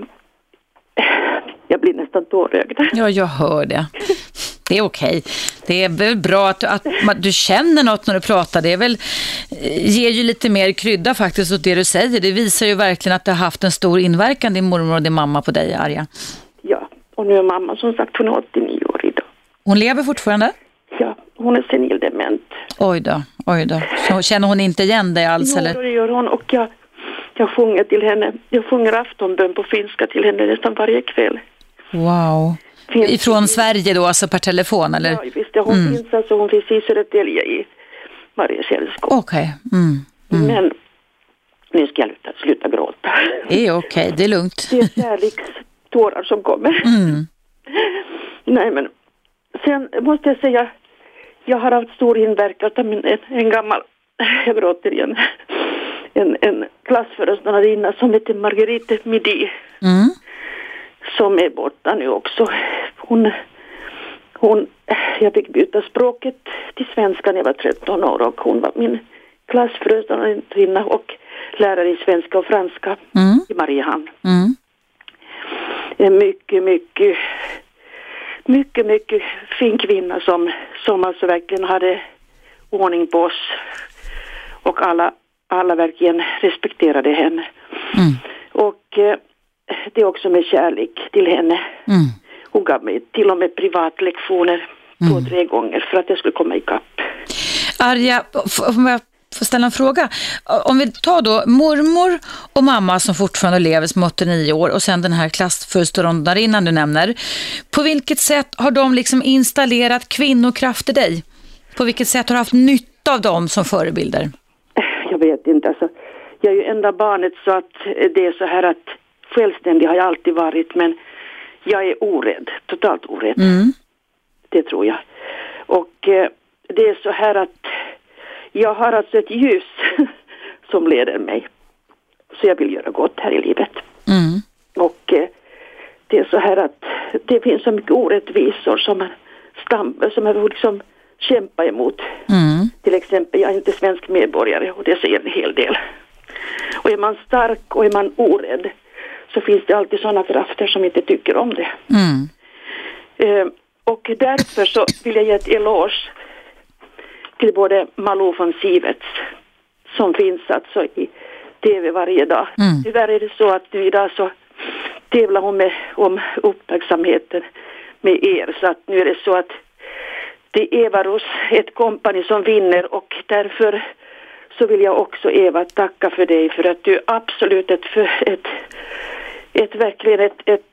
jag blir nästan tårögd. Ja, jag hör det. Det är okej. Det är väl bra att, att, att du känner något när du pratar. Det är väl, ger ju lite mer krydda faktiskt åt det du säger. Det visar ju verkligen att det har haft en stor inverkan, din mormor och din mamma, på dig, Arja. Ja, och nu är mamma som sagt, hon är åttionio år idag. Hon lever fortfarande? Ja, hon är senildement. Oj då, oj då. Så känner hon inte igen dig alls? Jo, eller? det gör hon, och jag, jag sjunger till henne. Jag sjunger aftonbön på finska till henne nästan varje kväll. Wow. Finns Ifrån Sverige då, alltså per telefon, eller? Ja, visst, ja, hon mm. finns alltså, hon finns i Södertälje i Mariakällskog. Okej. Okay. Mm. Mm. Men nu ska jag sluta, sluta gråta. Det är okej, okay. Det är lugnt. Det är kärlekstårar som kommer. Mm. Nej, men sen måste jag säga, jag har haft stor inverkan av en, en gammal, jag gråter igen, en, en klassföreståndarinna som heter Marguerite Midi. Mm. Som är borta nu också. Hon, hon, jag fick byta språket till svenska när jag var tretton år, och hon var min klassföreståndarinna och lärare i svenska och franska mm. i Mariehamn. Mm. En mycket, mycket, mycket, mycket fin kvinna som, som alltså verkligen hade ordning på oss, och alla, alla verkligen respekterade henne. Mm. Och eh, det är också med kärlek till henne. Mm. Hon gav mig till och med privatlektioner två, mm. tre gånger för att jag skulle komma ikapp. Arja, om jag får ställa en fråga. Om vi tar då mormor och mamma som fortfarande lever, som åttionio år, och sen den här klassföreståndarinnan du nämner. På vilket sätt har de liksom installerat kvinnokraft i dig? På vilket sätt har du haft nytta av dem som förebilder? Jag vet inte. Alltså, jag är ju enda barnet, så att det är så här att självständig har jag alltid varit, men jag är orädd, totalt orädd. Mm. Det tror jag. Och eh, det är så här att jag har alltså ett ljus som leder mig. Så jag vill göra gott här i livet. Mm. Och eh, det är så här att det finns så mycket orättvisor som man, stam, som man liksom kämpa emot. Mm. Till exempel, jag är inte svensk medborgare, och det säger en hel del. Och är man stark och är man orädd, så finns det alltid sådana krafter som inte tycker om det. Mm. Eh, och därför så vill jag ge ett eloge till både Malou von Sivets, som finns alltså i tv varje dag. Mm. Tyvärr är det så att nu idag så tävlar hon med om uppmärksamheten med er, så att nu är det så att det är Evarus, ett kompani, som vinner, och därför så vill jag också, Eva, tacka för dig, för att du är absolut ett, för, ett, ett verkligen ett, ett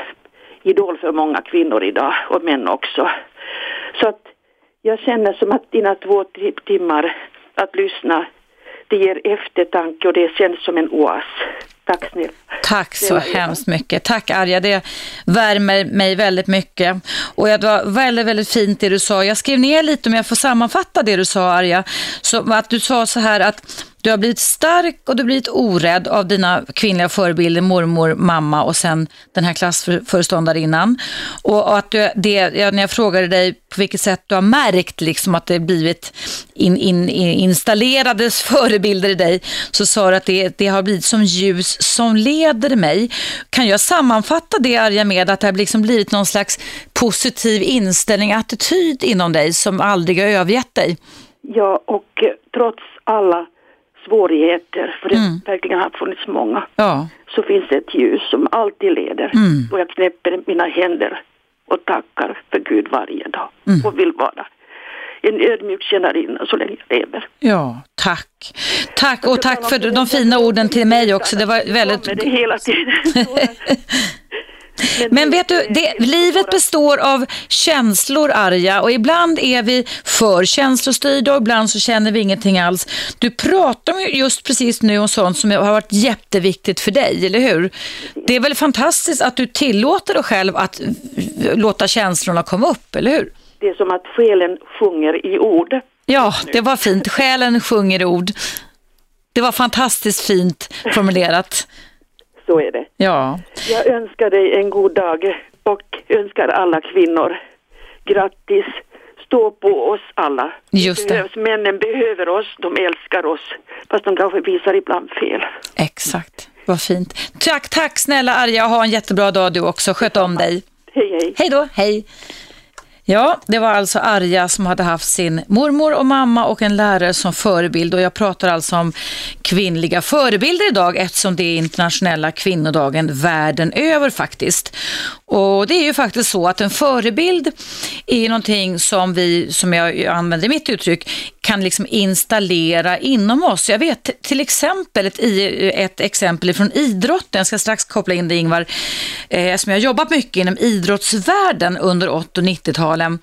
idol för många kvinnor idag, och män också. Så att jag känner som att dina två timmar att lyssna, det ger eftertanke, och det känns som en oas. Tack snälla. Tack så hemskt mycket. Tack Arja, det värmer mig väldigt mycket. Och det var väldigt, väldigt fint det du sa. Jag skrev ner lite, om jag får sammanfatta det du sa, Arja. Så att du sa så här att du har blivit stark och du har blivit orädd av dina kvinnliga förebilder, mormor, mamma och sen den här klassföreståndarinnan. Och, och att du, det, ja, när jag frågade dig på vilket sätt du har märkt liksom att det blivit in, in, in, installerades förebilder i dig, så sa du att det, det har blivit som ljus som leder mig. Kan jag sammanfatta det, Arja, med att det har liksom blivit någon slags positiv inställning, attityd inom dig som aldrig har övergett dig? Ja, och eh, trots alla svårigheter, för det Mm. verkligen har funnits många, Ja. så finns det ett ljus som alltid leder. Mm. Och jag knäpper mina händer och tackar för Gud varje dag. Mm. Och vill vara en ödmjuk tjänarinna så länge jag lever. Ja, tack. Tack, och tack för de fina orden till mig också. Det var väldigt... Det hela tiden. Men vet du, det, livet består av känslor, Arja, och ibland är vi för känslostyrda och ibland så känner vi ingenting alls. Du pratar just precis nu om sånt som har varit jätteviktigt för dig, eller hur? Det är väl fantastiskt att du tillåter dig själv att låta känslorna komma upp, eller hur? Det är som att själen sjunger i ord. Ja, det var fint. Själen sjunger ord. Det var fantastiskt fint formulerat. Så är det. Ja. Jag önskar dig en god dag och önskar alla kvinnor grattis, stå på oss alla. Just det. Behövs, männen behöver oss, de älskar oss. Fast de kanske visar ibland fel. Exakt, vad fint. Tack, tack snälla Arja, ha en jättebra dag du också. Sköt om dig. Hej, hej. Hej då, hej. Ja, det var alltså Arja som hade haft sin mormor och mamma och en lärare som förebild. Och jag pratar alltså om kvinnliga förebilder idag eftersom det är internationella kvinnodagen världen över faktiskt. Och det är ju faktiskt så att en förebild är någonting som vi, som jag använder i mitt uttryck, kan liksom installera inom oss. Jag vet till exempel ett, ett exempel från idrotten. Jag ska strax koppla in det, Ingvar. Eh, som jag har jobbat mycket inom idrottsvärlden under åttio- och nittio-talen.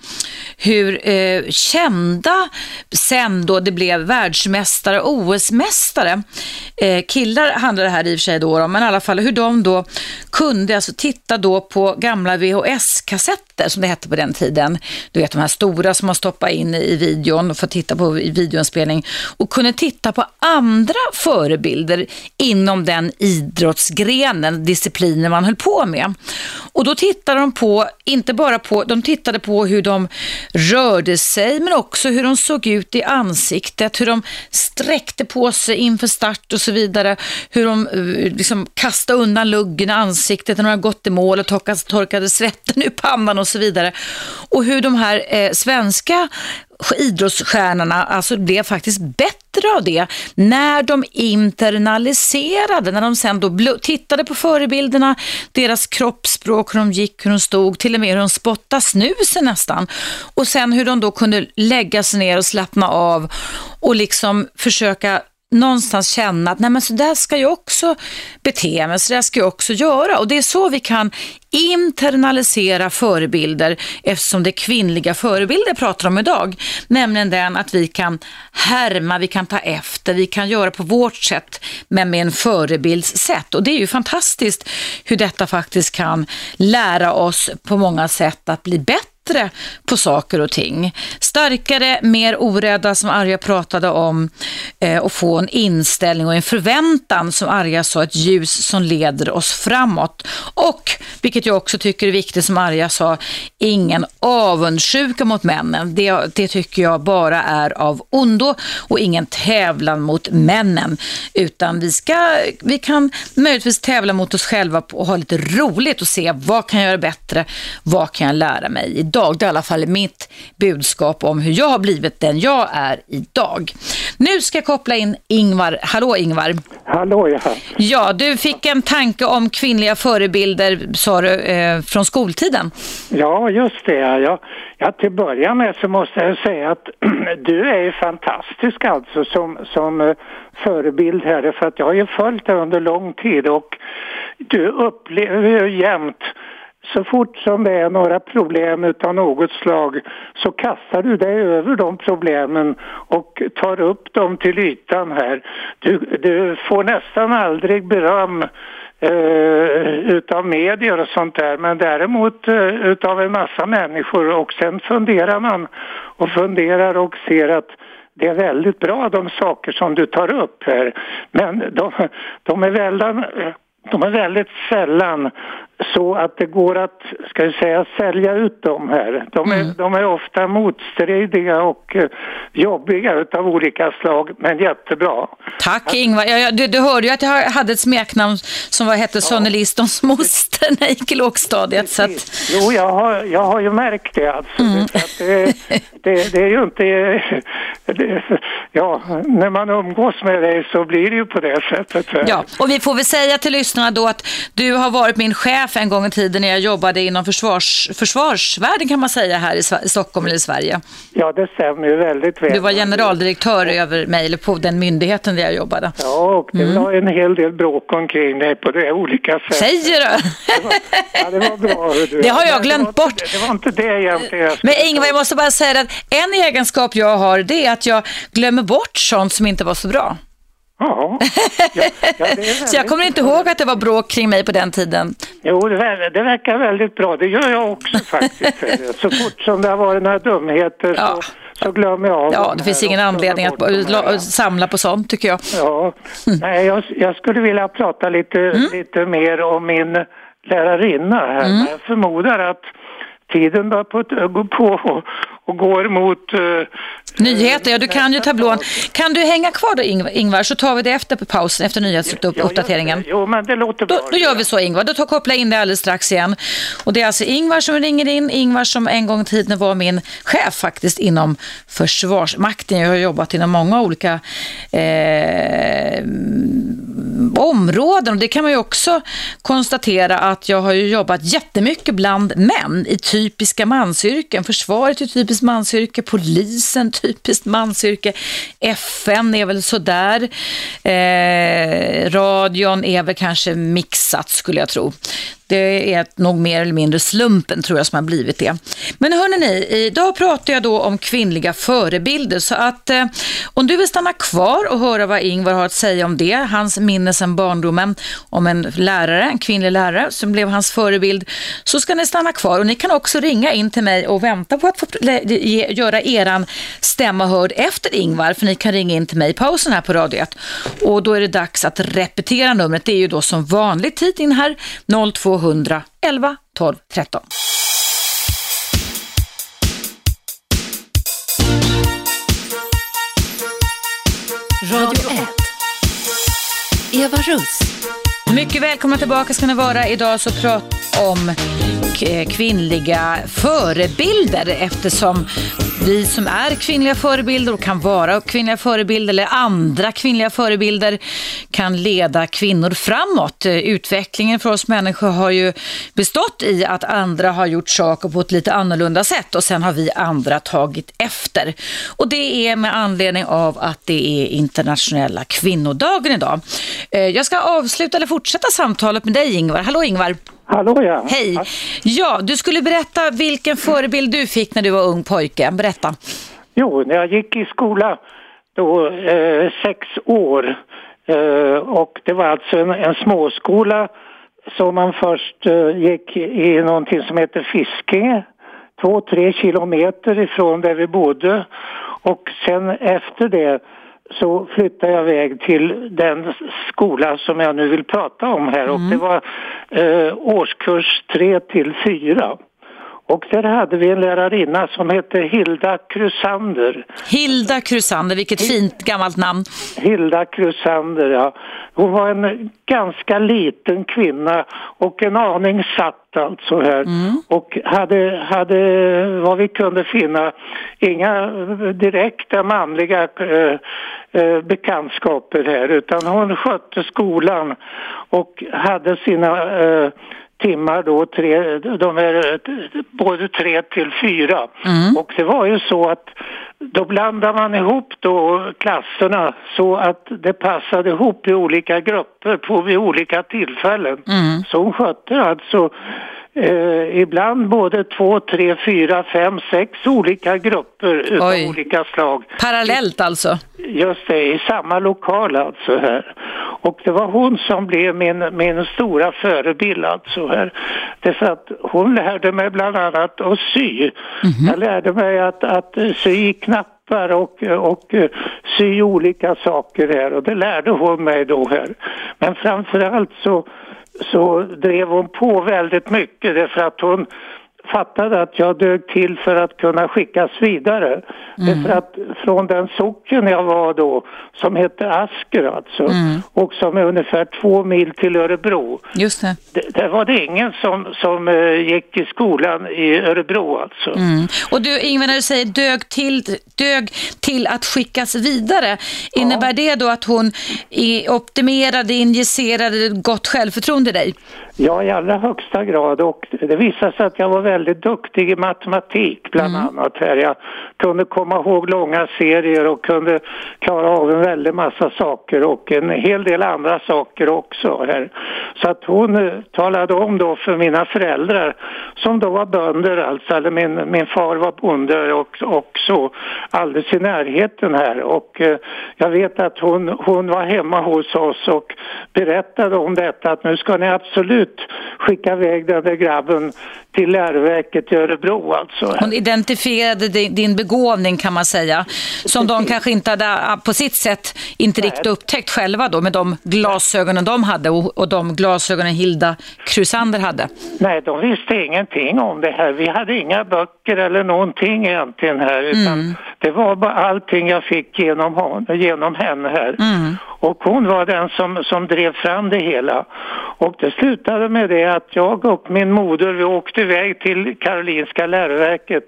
Hur eh, kända sen då det blev världsmästare och O S-mästare. Eh, killar handlar det här i och för sig då om, men i alla fall hur de då kunde alltså titta då på gamla V H S-kassetter som det hette på den tiden. Du vet de här stora som man stoppar in i videon och får titta på i videoinspelning och kunde titta på andra förebilder inom den idrottsgrenen, disciplinen man höll på med. Och då tittade de på, inte bara på, de tittade på hur de rörde sig men också hur de såg ut i ansiktet, hur de sträckte på sig inför start och så vidare, hur de liksom kastade undan luggen i ansiktet när de hade gått i mål och torkade, torkade svetten ur pannan och så vidare. Och hur de här eh, svenska idrottsstjärnorna alltså blev faktiskt bättre av det när de internaliserade, när de sen då bl- tittade på förebilderna, deras kroppsspråk, hur de gick, hur de stod, till och med hur de spottade snusen nästan, och sen hur de då kunde lägga sig ner och slappna av och liksom försöka någonstans känna att nej men så där ska jag också bete mig, så där ska jag också göra. Och det är så vi kan internalisera förebilder eftersom det är kvinnliga förebilder jag pratar om idag. Nämligen den att vi kan härma, vi kan ta efter, vi kan göra på vårt sätt men med en förebilds sätt. Och det är ju fantastiskt hur detta faktiskt kan lära oss på många sätt att bli bättre på saker och ting. Starkare, mer orädda som Arja pratade om eh, och få en inställning och en förväntan som Arja sa, ett ljus som leder oss framåt. Och, vilket jag också tycker är viktigt som Arja sa, ingen avundsjuka mot männen. Det, det tycker jag bara är av ondo och ingen tävlan mot männen. Utan vi, ska, vi kan möjligtvis tävla mot oss själva och ha lite roligt och se vad kan jag göra bättre, vad kan jag lära mig idag. Det är i alla fall mitt budskap om hur jag har blivit den jag är idag. Nu ska jag koppla in Ingvar. Hallå Ingvar. Hallå ja. Ja, du fick en tanke om kvinnliga förebilder, sa du, eh, från skoltiden. Ja, just det. Ja, ja, till början med så måste jag säga att du är ju fantastisk alltså som, som förebild här. För att jag har ju följt det under lång tid och du upplever ju jämt så fort som det är några problem utav något slag så kastar du dig över de problemen och tar upp dem till ytan här. Du, du får nästan aldrig beröm eh, utav medier och sånt där, men däremot eh, utav en massa människor, och sen funderar man och funderar och ser att det är väldigt bra de saker som du tar upp här, men de, de är väldigt... De är väldigt sällan så att det går att, ska jag säga, sälja ut dem här. De är, mm. de är ofta motstridiga och uh, jobbiga utav olika slag, men jättebra. Tack Ingvar. Jag, du, du hörde ju att jag hade ett smeknamn som var, hette ja. Sonny Listons moster när jag gick i lågstadiet. Så att... Jo, jag har, jag har ju märkt det alltså. Mm. Det, att det, det, det är ju inte... Det, ja, när man umgås med dig så blir det ju på det sättet. Ja, och vi får väl säga till lyssnarna då att du har varit min chef en gång i tiden när jag jobbade inom försvars, försvarsvärlden kan man säga här i, i Stockholm eller i Sverige. Ja, det stämmer ju väldigt väl. Du var generaldirektör mm. över mig eller på den myndigheten där jag jobbade. Ja, och det mm. var en hel del bråk omkring dig på det olika sätt. Säger du? Det var, ja, det var bra. Du. Det har jag glömt det bort. Det, det var inte det egentligen. Men Ingvar, jag måste bara säga att en egenskap jag har, det är att jag glömmer bort sånt som inte var så bra. Ja, ja, ja det är så jag kommer inte ihåg att det var bråk kring mig på den tiden. Jo, det, det verkar väldigt bra. Det gör jag också faktiskt. Så fort som det har varit några dumheter ja. så, så glömmer jag av. Ja, det finns ingen anledning att la, samla på sånt tycker jag. Ja, mm. Nej, jag, jag skulle vilja prata lite, mm. lite mer om min lärarinna här. Mm. Jag förmodar att tiden bör på, gå på och, och går mot... Uh, Nyheter, ja du kan ju tablån. Kan du hänga kvar då Ingvar, så tar vi det efter på pausen, efter nyhetsuppdateringen. Ja, jo, men det låter bra. Då, då gör vi så Ingvar, då tar koppla in det alldeles strax igen. Och det är alltså Ingvar som ringer in, Ingvar som en gång i tiden var min chef faktiskt inom Försvarsmakten. Jag har jobbat inom många olika eh, områden och det kan man ju också konstatera att jag har ju jobbat jättemycket bland män i typiska mansyrken. Försvaret är typiskt mansyrke, polisen typiskt mansyrke, F N är väl sådär, eh, radion är väl kanske mixat skulle jag tro. Det är nog mer eller mindre slumpen tror jag som har blivit det. Men hörni ni, idag pratar jag då om kvinnliga förebilder så att eh, om du vill stanna kvar och höra vad Ingvar har att säga om det, hans minne sedan barndomen om en lärare, en kvinnlig lärare som blev hans förebild, så ska ni stanna kvar och ni kan också ringa in till mig och vänta på att få ge, göra eran stämma hörd efter Ingvar, för ni kan ringa in till mig i pausen här på Radio ett och då är det dags att repetera numret. Det är ju då som vanligt tid in här noll två hundra elva tolv tretton. Radio ett. Eva Russ. Mycket välkomna tillbaka ska ni vara. Idag så pratar om kvinnliga förebilder eftersom vi som är kvinnliga förebilder och kan vara kvinnliga förebilder eller andra kvinnliga förebilder kan leda kvinnor framåt. Utvecklingen för oss människor har ju bestått i att andra har gjort saker på ett lite annorlunda sätt och sen har vi andra tagit efter. Och det är med anledning av att det är internationella kvinnodagen idag. Jag ska avsluta eller fortsätta samtalet med dig Ingvar. Hallå Ingvar. Hallå ja. Hej. Ja, du skulle berätta vilken förebild du fick när du var ung pojke. Berätta. Jo, när jag gick i skola då eh, sex år eh, och det var alltså en, en småskola som man först eh, gick i någonting som heter Fiskinge, två, tre kilometer ifrån där vi bodde och sen efter det så flyttade jag iväg till den skola som jag nu vill prata om här. Mm. Och det var eh, årskurs tre till fyra. Och där hade vi en lärarinna som hette Hilda Krusander. Hilda Krusander, vilket fint gammalt namn. Hilda Krusander, ja. Hon var en ganska liten kvinna och en aning satt alltså här. Mm. Och hade, hade vad vi kunde finna inga direkta manliga eh, eh, bekantskaper här. Utan hon skötte skolan och hade sina... Eh, timmar då, tre, de är både tre till fyra. Mm. Och det var ju så att då blandade man ihop då klasserna så att det passade ihop i olika grupper på vid olika tillfällen. Mm. Så hon skötte alltså eh, ibland både två, tre, fyra, fem, sex olika grupper av olika slag. Parallellt alltså? Just det, i samma lokal alltså här. Och det var hon som blev min, min stora förebild alltså här. Därför att hon lärde mig bland annat att sy. Mm-hmm. Jag lärde mig att, att sy knappar och, och sy olika saker här. Och det lärde hon mig då här. Men framförallt så, så drev hon på väldigt mycket därför att hon fattade att jag dög till för att kunna skickas vidare. Mm. Därför att från den socken jag var då, som hette Asker alltså, mm. och som är ungefär två mil till Örebro. Just det. Det, det var det ingen som, som uh, gick i skolan i Örebro alltså. Mm. Och du Ingvar, när du säger dög till, dög till att skickas vidare, innebär ja. det då att hon optimerade, injicerade gott självförtroende i dig? Ja, i allra högsta grad, och det visade sig att jag var väldigt duktig i matematik bland mm. annat här. Jag kunde komma ihåg långa serier och kunde klara av en väldigt massa saker och en hel del andra saker också här. Så att hon uh, talade om då för mina föräldrar som då var bönder alltså, eller min, min far var bonde och, och så alldeles i närheten här. Och uh, jag vet att hon, hon var hemma hos oss och berättade om detta att nu ska ni absolut skicka iväg den där grabben till läro, läroverket i Örebro alltså. Hon identifierade din begåvning kan man säga, som de kanske inte hade på sitt sätt inte Nej. riktigt upptäckt själva då med de glasögonen de hade och, och de glasögonen Hilda Krusander hade. Nej, de visste ingenting om det här. Vi hade inga böcker eller någonting egentligen här utan mm. det var bara allting jag fick genom, hon, genom henne här. Mm. Och hon var den som, som drev fram det hela. Och det slutade med det att jag och min moder, vi åkte iväg till Karolinska läroverket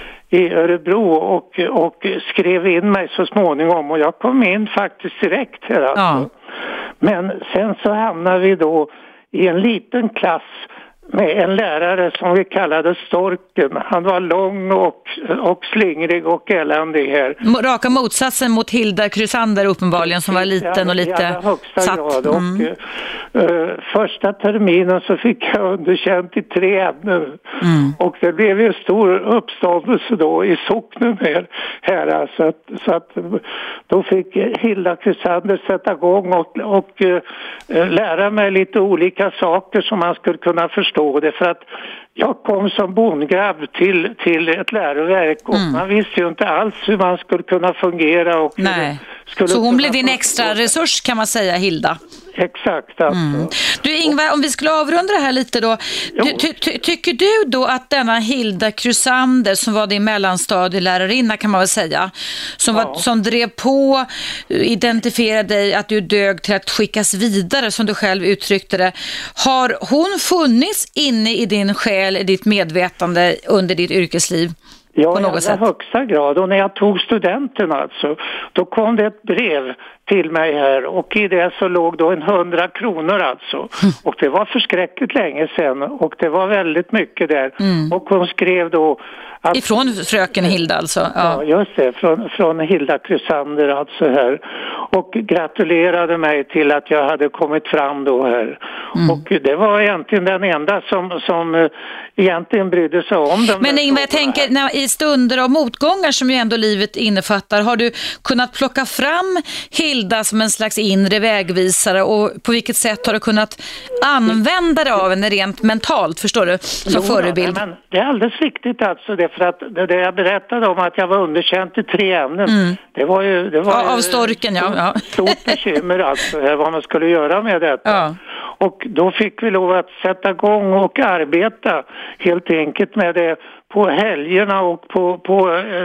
i Örebro och, och skrev in mig så småningom. Och jag kom in faktiskt direkt här alltså. Ja. Men sen så hamnade vi då i en liten klass med en lärare som vi kallade Storken. Han var lång och, och slingrig och eländig här. Raka motsatsen mot Hilda Krusander uppenbarligen som var liten och lite i högsta satt. Grad. Och, mm. uh, första terminen så fick jag underkänt i tre ämnen. Mm. Och det blev ju stor uppståndelse då i socknen här. här alltså, att, så att då fick Hilda Krusander sätta igång och, och uh, lära mig lite olika saker som man skulle kunna förstå. Det för att jag kom som bondgrabb till, till ett läroverk och mm. man visste ju inte alls hur man skulle kunna fungera. Och Nej. Skulle Så hon blev din extra resurs kan man säga, Hilda? Exakt alltså. Mm. Du Ingvar, om vi skulle avrunda det här lite då. Du, ty, ty, tycker du då att denna Hilda Krusander som var din mellanstadielärarinna kan man väl säga, som, ja. var, som drev på, identifierade dig att du dög till att skickas vidare som du själv uttryckte det. Har hon funnits inne i din själ, i ditt medvetande under ditt yrkesliv? Ja, på något i sätt? högsta grad. Och när jag tog studenten alltså, då kom det ett brev till mig här och i det så låg då en hundra kronor alltså. Mm. Och det var förskräckligt länge sedan och det var väldigt mycket där. Mm. Och hon skrev då att, ifrån fröken Hilda alltså? Ja, ja just det. Från, från Hilda Krusander alltså här. Och gratulerade mig till att jag hade kommit fram då här. Mm. Och det var egentligen den enda som, som egentligen brydde sig om dem. Men Ingvar, jag tänker, när, i stunder av motgångar som ju ändå livet innefattar, har du kunnat plocka fram Hilda som en slags inre vägvisare och på vilket sätt har du kunnat använda det av en rent mentalt, förstår du, som jo, förebild? Men det är alldeles riktigt alltså, det för att det, det jag berättade om att jag var underkänt i tre ämnen, mm. det var ju... Det var ja, ju, av Storken, ja. ja. Stort bekymmer alltså, här, vad man skulle göra med detta. Ja. Och då fick vi lov att sätta igång och arbeta helt enkelt med det på helgerna och på, på,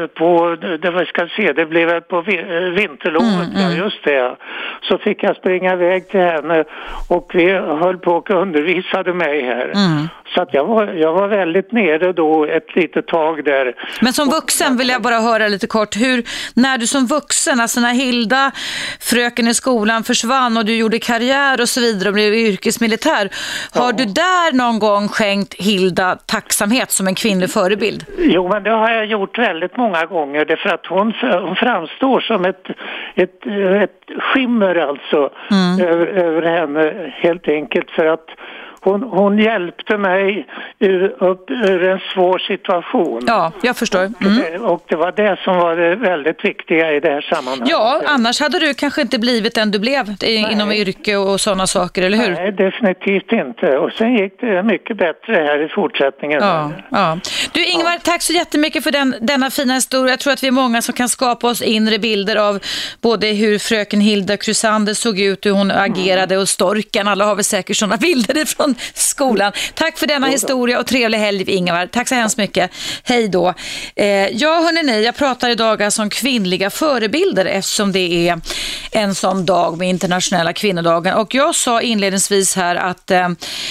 på det, vad ska jag se, det blev på vinterlovet, mm, mm. ja just det. Så fick jag springa iväg till henne och vi höll på och undervisade mig här. Mm. Så att jag var, jag var väldigt nere då ett litet tag där. Men som vuxen vill jag bara höra lite kort, hur, när du som vuxen, alltså när Hilda, fröken i skolan försvann och du gjorde karriär och så vidare och blev yrkesmilitär, ja. Har du där någon gång skänkt Hilda tacksamhet som en kvinnlig förebild? Bild. Jo, men det har jag gjort väldigt många gånger. Det är för att hon, hon framstår som ett, ett, ett skimmer alltså mm. över, över henne helt enkelt för att hon, hon hjälpte mig ur, upp ur en svår situation. Ja, jag förstår. Mm. Och, och det var det som var det väldigt viktiga i det här sammanhanget. Ja, annars hade du kanske inte blivit den du blev Nej. inom yrke och sådana saker, eller hur? Nej, definitivt inte. Och sen gick det mycket bättre här i fortsättningen. Ja, ja. Du Ingvar, ja. tack så jättemycket för den, denna fina historia. Jag tror att vi är många som kan skapa oss inre bilder av både hur fröken Hilda Krusander såg ut, hur hon agerade och Storken. Alla har väl säkert sådana bilder ifrån skolan. Tack för denna historia och trevlig helg, Ingvar. Tack så hemskt mycket. Hej då. Eh, ja, hörni, jag pratar idag alltså om kvinnliga förebilder eftersom det är en sån dag med internationella kvinnodagen. Och jag sa inledningsvis här att eh,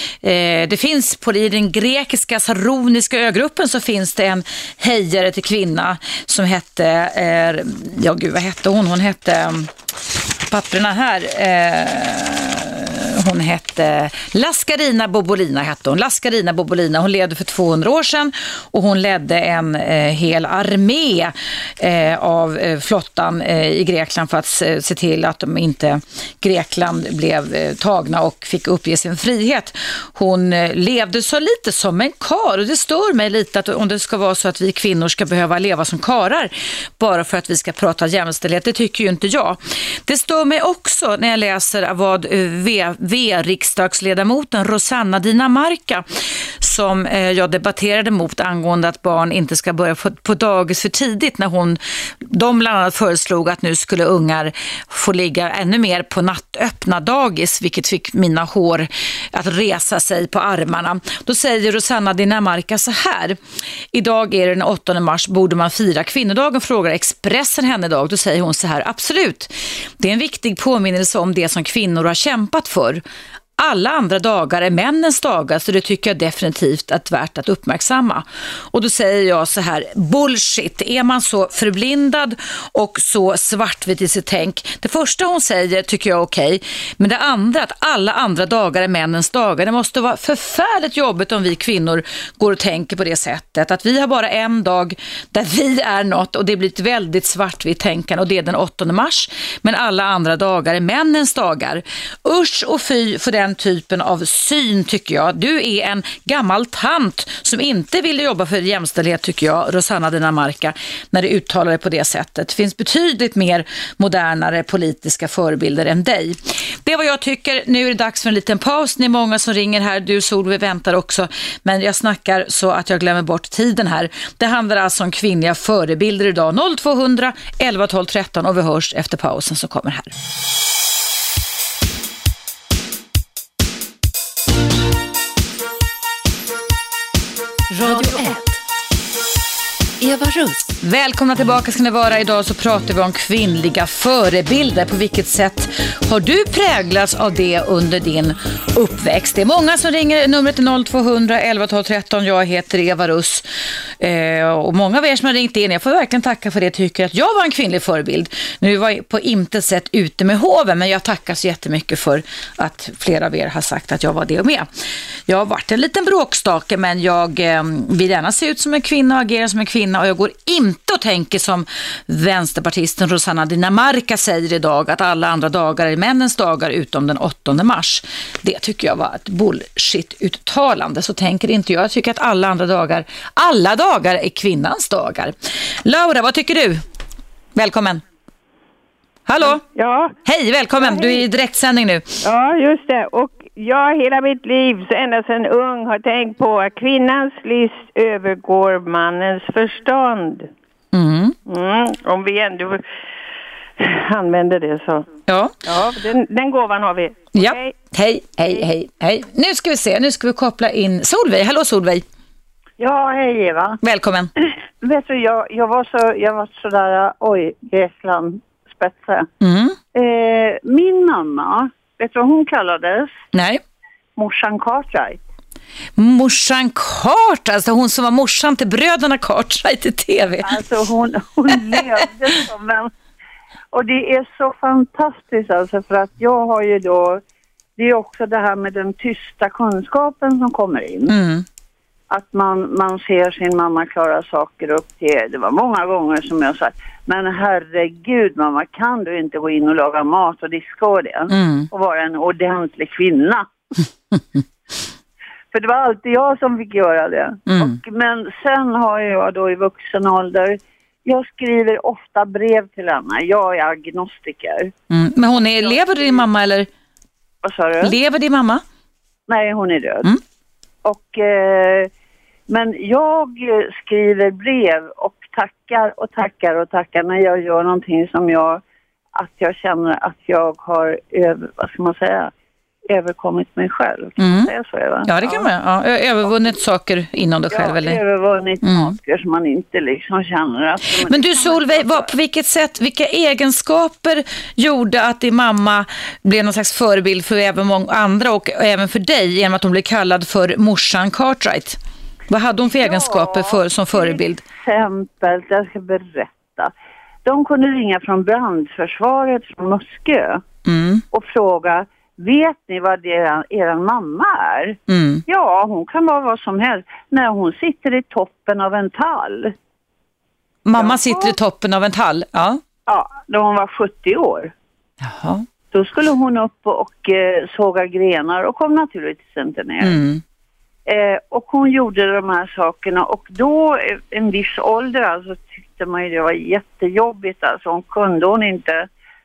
det finns på i den grekiska saroniska ögruppen så finns det en hejare till kvinna som hette, eh, ja gud vad hette hon? Hon hette papperna här eh, hon hette Laskarina Bobolina hette hon. Laskarina Bobolina, hon levde för tvåhundra år sedan och hon ledde en eh, hel armé eh, av eh, flottan eh, i Grekland för att eh, se till att de inte Grekland blev eh, tagna och fick uppge sin frihet. Hon eh, levde så lite som en kar och det stör mig lite att om det ska vara så att vi kvinnor ska behöva leva som karar bara för att vi ska prata jämställdhet, det tycker ju inte jag. Det stör mig också när jag läser vad v, v V-riksdagsledamoten Rosanna Dinamarca som eh, jag debatterade mot angående att barn inte ska börja på, på dagis för tidigt när hon, de bland annat föreslog att nu skulle ungar få ligga ännu mer på nattöppna dagis, vilket fick mina hår att resa sig på armarna. Då säger Rosanna Dinamarca så här: idag är det den åttonde mars, borde man fira kvinnodagen, frågar Expressen henne idag. Då säger hon så här: absolut, det är en viktig påminnelse om det som kvinnor har kämpat för. Alla andra dagar är männens dagar, så det tycker jag definitivt är värt att uppmärksamma. Och då säger jag så här: bullshit, är man så förblindad och så svartvit i sitt tänk? Det första hon säger tycker jag är okej, men det andra, att alla andra dagar är männens dagar, det måste vara förfärligt jobbigt om vi kvinnor går och tänker på det sättet, att vi har bara en dag där vi är något och det blir ett väldigt svartvitt tänkande, och det är den åttonde mars, men alla andra dagar är männens dagar. Usch och fy för den typen av syn, tycker jag. Du är en gammal tant som inte ville jobba för jämställdhet, tycker jag, Rosanna Dinamarca, när du uttalar det på det sättet. Det finns betydligt mer modernare politiska förebilder än dig. Det är vad jag tycker. Nu är det dags för en liten paus. Ni är många som ringer här. Du, Solveig, väntar också. Men jag snackar så att jag glömmer bort tiden här. Det handlar alltså om kvinnliga förebilder idag. noll två hundra elva tolv tretton, och vi hörs efter pausen som kommer här. Radio ett. Eva Russ. Välkomna tillbaka ska ni vara. Idag så pratar vi om kvinnliga förebilder. På vilket sätt har du präglats av det under din uppväxt? Det är många som ringer. Numret är noll två hundra elva tolv tretton. Jag heter Eva Russ. Eh, och många av er som har ringt in, jag får verkligen tacka för det, tycker att jag var en kvinnlig förebild. Nu var jag på intet sätt ute med hoven, men jag tackar så jättemycket för att flera av er har sagt att jag var det med. Jag har varit en liten bråkstake, men jag eh, vill gärna se ut som en kvinna och agera som en kvinna, och jag går inte och tänker som vänsterpartisten Rosanna Dinamarca säger idag, att alla andra dagar är männens dagar utom den åttonde mars. Det tycker jag var ett bullshit-uttalande. Så tänker inte jag. Jag tycker att alla andra dagar, alla dagar är kvinnans dagar. Laura, vad tycker du? Välkommen. Hallå? Ja. Hej, välkommen. Ja, hej. Du är i direktsändning nu. Ja, just det. Och jag hela mitt liv, så ända sedan ung, har tänkt på att kvinnans list övergår mannens förstånd. Mm. Mm, om vi ändå använder det så. Ja. Ja, den, den gåvan har vi. Ja, okay. hej, hej, hej, hej. Nu ska vi se, nu ska vi koppla in Solveig. Hallå Solveig. Ja, hej Eva. Välkommen. Vet du, jag, jag var så jag var så där, oj, Grekland, spetsar. Mm. Eh, min mamma, vet du vad hon kallades? Nej. Morsan Cartwright. Morsan Cartwright, alltså hon som var morsan till bröderna Cartwright i tv. Alltså hon, hon levde som en... Och det är så fantastiskt alltså, för att jag har ju då... Det är också det här med den tysta kunskapen som kommer in. Mm. Att man, man ser sin mamma klara saker upp till... Det var många gånger som jag sa, men herregud mamma, kan du inte gå in och laga mat och diska och det? Mm. Och vara en ordentlig kvinna. För det var alltid jag som fick göra det. Mm. Och, men sen har jag då i vuxen ålder... Jag skriver ofta brev till henne. Jag är agnostiker. Mm. Men hon är, lever din mamma eller? Vad sa du? Lever din mamma? Nej, hon är död. Mm. Och, eh, men jag skriver brev och tackar och tackar och tackar när jag gör någonting som jag, att jag känner att jag har över, vad ska man säga, överkommit mig själv. Kan mm. säga så, Eva? Ja, det kan man. Ja. Övervunnit saker inom dig ja, själv. Eller? övervunnit mm. saker som man inte liksom känner att... Men du Solveig, vad, på vilket sätt, vilka egenskaper gjorde att din mamma blev någon slags förebild för även många andra och även för dig genom att hon blev kallad för morsan Cartwright? Vad hade hon för ja, egenskaper för, som förebild? Till exempel, jag ska berätta. De kunde ringa från brandförsvaret från Muskö mm. och fråga: vet ni vad er, er mamma är? Mm. Ja, hon kan vara vad som helst. När hon sitter i toppen av en tall. Mamma ja. sitter i toppen av en tall? Ja. Ja, då hon var sjuttio år. Jaha. Då skulle hon upp och, och eh, såga grenar och kom naturligtvis inte ner. Mm. Eh, och hon gjorde de här sakerna, och då en viss ålder alltså tyckte man ju det var jättejobbigt. Alltså hon kunde hon inte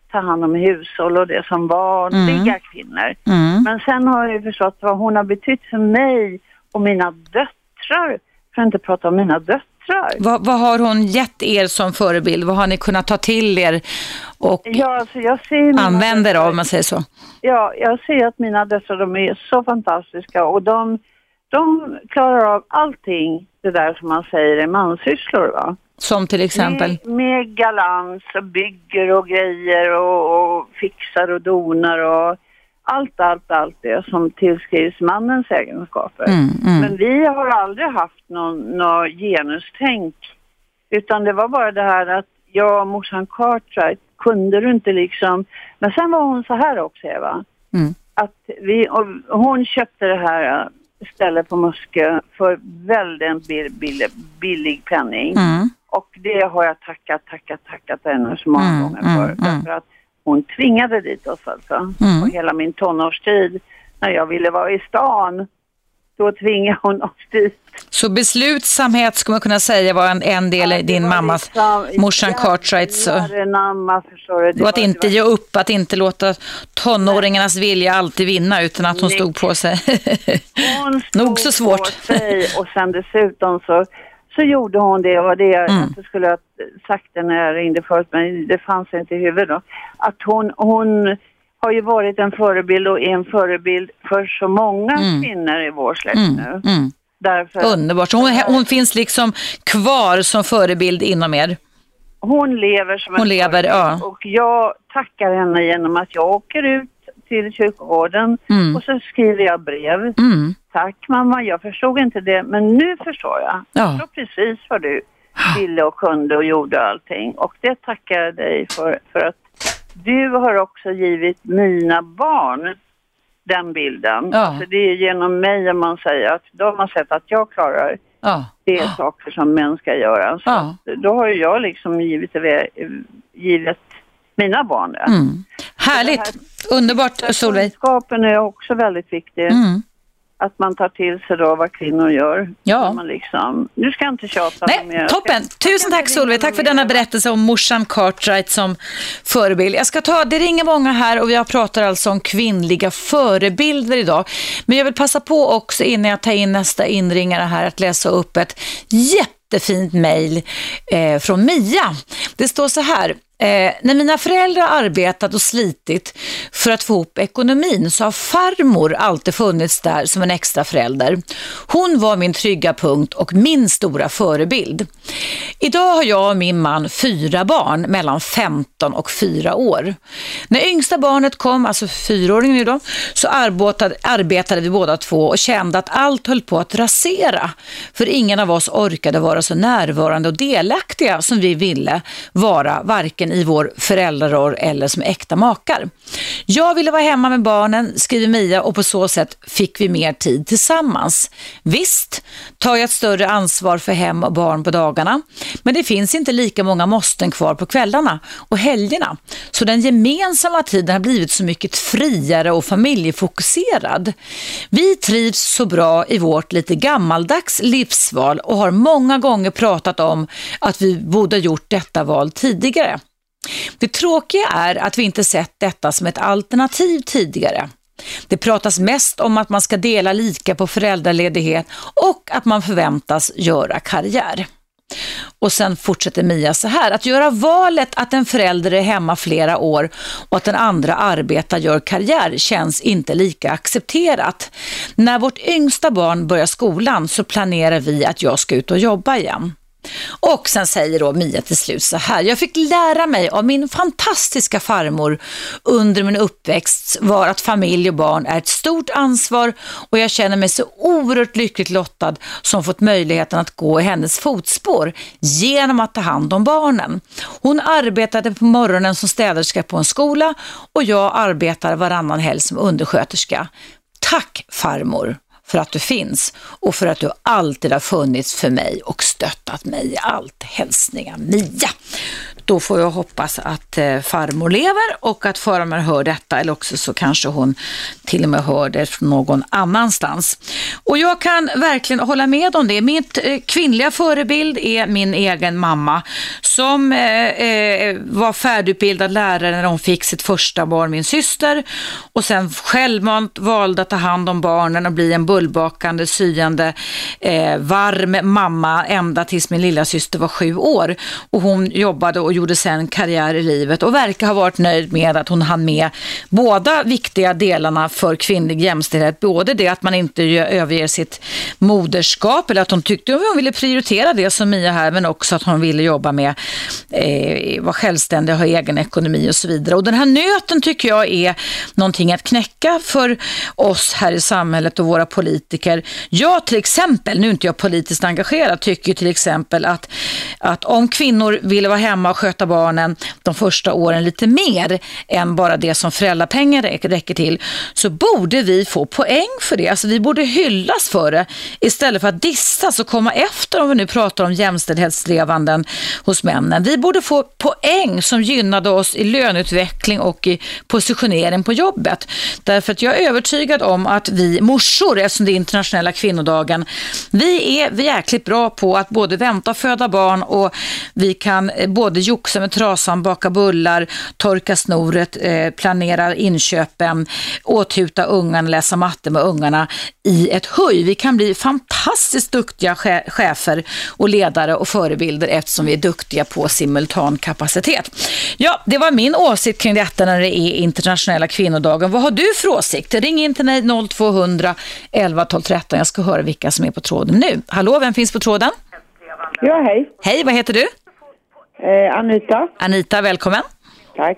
ta hand om hushåll och det som vanliga mm. kvinnor. Mm. Men sen har jag ju förstått vad hon har betytt för mig och mina döttrar, för att inte prata om mina döttrar. Vad, vad har hon gett er som förebild? Vad har ni kunnat ta till er och ja, alltså jag ser använder av, om man säger så? Ja, jag ser att mina döttrar, de är så fantastiska och de, de klarar av allting, det där som man säger är mansysslor, va? Som till exempel? Med, med galans och bygger och grejer och, och fixar och donar och allt, allt, allt det som tillskrivs mannens egenskaper. Mm, mm. Men vi har aldrig haft någon, någon genustänk, utan det var bara det här att jag och morsan Cartwright kunde du inte liksom... Men sen var hon så här också, Eva. Mm. Att vi, och hon köpte det här stället på Muskö för väldigt billig, billig, billig penning. Mm. Och det har jag tackat, tackat, tackat henne så många mm, gånger för. Mm, mm. För att hon tvingade dit oss alltså. Mm. Och hela min tonårstid, när jag ville vara i stan, då tvingade hon oss dit. Så beslutsamhet skulle man kunna säga var en, en del i din mammas, liksom, morsan Cartwrights. Och att inte ge upp, att inte låta tonåringarnas vilja alltid vinna, utan att hon Nick. stod på sig. Hon stod nog så svårt. På sig, och sen dessutom så, så gjorde hon det, och det jag mm. inte skulle ha sagt det när jag ringde förut, men det fanns inte i huvudet då. Att hon... hon har ju varit en förebild och är en förebild för så många mm. kvinnor i vår släkt mm. nu. Mm. Därför underbart. Hon, hon finns liksom kvar som förebild inom er. Hon lever som hon en lever, förebild. Ja. Och jag tackar henne genom att jag åker ut till kyrkogården mm. och så skriver jag brev. Mm. Tack mamma, jag förstod inte det, men nu förstår jag. Ja. Jag förstår precis vad du ville och kunde och gjorde allting. Och det tackar jag dig för, för att du har också givit mina barn den bilden. Ja. Alltså det är genom mig, om man säger att de har sett att jag klarar ja. det är saker som män ska göra. Så ja. då har jag liksom givit, givit mina barn det. Mm. Härligt, här, underbart Solveig. Kunskapen är också väldigt viktig. Mm. Att man tar till sig då vad kvinnor gör. Ja. Man liksom, nu ska jag inte tjata Nej, mer. Toppen. Tusen tack Solveig. Tack för denna berättelse om morsan Cartwright som förebild. Jag ska ta, det ringer många här och vi har pratat alltså om kvinnliga förebilder idag. Men jag vill passa på också innan jag tar in nästa inringare här att läsa upp ett jättefint mejl eh, från Mia. Det står så här. Eh, när mina föräldrar arbetat och slitit för att få ihop ekonomin så har farmor alltid funnits där som en extra förälder. Hon var min trygga punkt och min stora förebild. Idag har jag och min man fyra barn mellan femton och fyra år. När yngsta barnet kom, alltså fyraåringen nu då, så arbetade, arbetade vi båda två och kände att allt höll på att rasera. För ingen av oss orkade vara så närvarande och delaktiga som vi ville vara, varken i vår föräldraroll eller som äkta makar. Jag ville vara hemma med barnen, skriver Mia, och på så sätt fick vi mer tid tillsammans. Visst, tar jag ett större ansvar för hem och barn på dagarna, men det finns inte lika många måsten kvar på kvällarna och helgerna. Så den gemensamma tiden har blivit så mycket friare och familjefokuserad. Vi trivs så bra i vårt lite gammaldags livsval och har många gånger pratat om att vi borde ha gjort detta val tidigare. Det tråkiga är att vi inte sett detta som ett alternativ tidigare. Det pratas mest om att man ska dela lika på föräldraledighet och att man förväntas göra karriär. Och sen fortsätter Mia så här: att göra valet att en förälder är hemma flera år och att den andra arbetar gör karriär känns inte lika accepterat. När vårt yngsta barn börjar skolan så planerar vi att jag ska ut och jobba igen. Och sen säger då Mia till slut så här: jag fick lära mig av min fantastiska farmor under min uppväxt var att familj och barn är ett stort ansvar, och jag känner mig så oerhört lyckligt lottad som fått möjligheten att gå i hennes fotspår genom att ta hand om barnen. Hon arbetade på morgonen som städerska på en skola och jag arbetar varannan helg som undersköterska. Tack farmor för att du finns och för att du alltid har funnits för mig och stöttat mig i allt. Hälsningar Mia. då får jag hoppas att eh, farmor lever och att farmor hör detta, eller också så kanske hon till och med hör det från någon annanstans. Och jag kan verkligen hålla med om det. Mitt eh, kvinnliga förebild är min egen mamma som eh, eh, var färdigutbildad lärare när hon fick sitt första barn, min syster, och sen självmant valde att ta hand om barnen och bli en bullbakande, syande, eh, varm mamma ända tills min lilla syster var sju år. Och hon jobbade och gjorde sen karriär i livet och verkar ha varit nöjd med att hon hann med båda viktiga delarna för kvinnlig jämställdhet. Både det att man inte överger sitt moderskap, eller att hon tyckte att hon ville prioritera det som Mia här, men också att hon ville jobba med eh, vara självständig, ha egen ekonomi och så vidare. Och den här nöten tycker jag är någonting att knäcka för oss här i samhället och våra politiker. Jag till exempel, nu är inte jag politiskt engagerad, tycker till exempel att, att om kvinnor vill vara hemma och sköta barnen de första åren lite mer än bara det som föräldrapengar räcker till, så borde vi få poäng för det. Alltså vi borde hyllas för det istället för att dissas och komma efter, om vi nu pratar om jämställdhetssträvanden hos männen. Vi borde få poäng som gynnade oss i löneutveckling och i positionering på jobbet. Därför att jag är övertygad om att vi morsor, eftersom det är internationella kvinnodagen, vi är, vi är jäkligt bra på att både vänta och föda barn, och vi kan både joxa med trasan, baka bullar, torka snoret, eh, planera inköpen, åthuta ungarna, läsa matte med ungarna i ett höj. Vi kan bli fantastiskt duktiga chefer och ledare och förebilder eftersom vi är duktiga på simultan kapacitet. Ja, det var min åsikt kring detta när det är internationella kvinnodagen. Vad har du för åsikt? Ring in till mig noll två hundra elva tolv tretton. Jag ska höra vilka som är på tråden nu. Hallå, vem finns på tråden? Ja, hej. Hej, vad heter du? Eh, Anita. Anita, välkommen. Tack.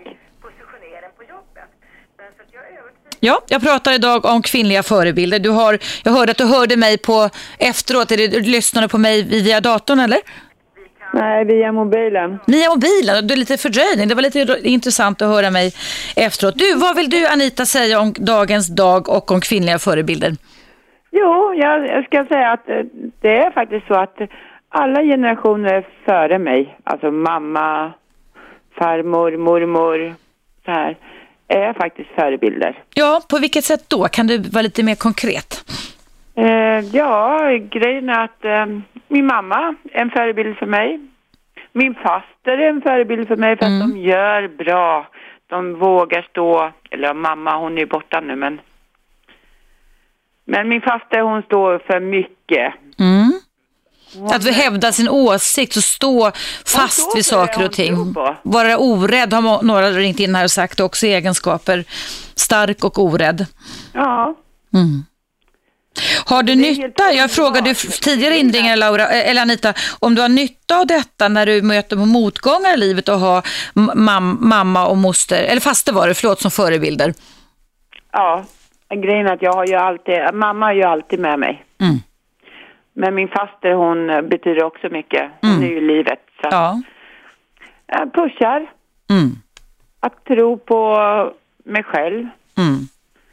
Ja, jag pratar idag om kvinnliga förebilder. Du har, jag hörde att du hörde mig på efteråt. Är det, du lyssnade på mig via datorn, eller? Nej, via mobilen. Via mobilen? Du är lite fördröjning. Det var lite intressant att höra mig efteråt. Du, vad vill du, Anita, säga om dagens dag och om kvinnliga förebilder? Jo, jag, jag ska säga att det är faktiskt så att alla generationer före mig, alltså mamma, farmor, mormor, så här, är faktiskt förebilder. Ja, på vilket sätt då? Kan du vara lite mer konkret? Eh, ja, grejen är att eh, min mamma är en förebild för mig. Min faster är en förebild för mig för mm. att de gör bra. De vågar stå, eller mamma, hon är borta nu, men men min faster, hon står för mycket. Mm. Att vi hävdar sin åsikt och stå fast vid saker och ting. Vara orädd har några ringt in här och sagt också, egenskaper. Stark och orädd. Ja. Mm. Har du nytta, jag frågade tidigare inringare Laura, eller Anita, om du har nytta av detta när du möter på motgångar i livet och har mam- mamma och moster, eller faster var det, förlåt, som förebilder? Ja, grejen är att jag har ju alltid, mamma är ju alltid med mig. Mm. Men min faster, hon betyder också mycket. Hon mm. är ju livet. Så ja. Jag pushar. Mm. Att tro på mig själv. Mm.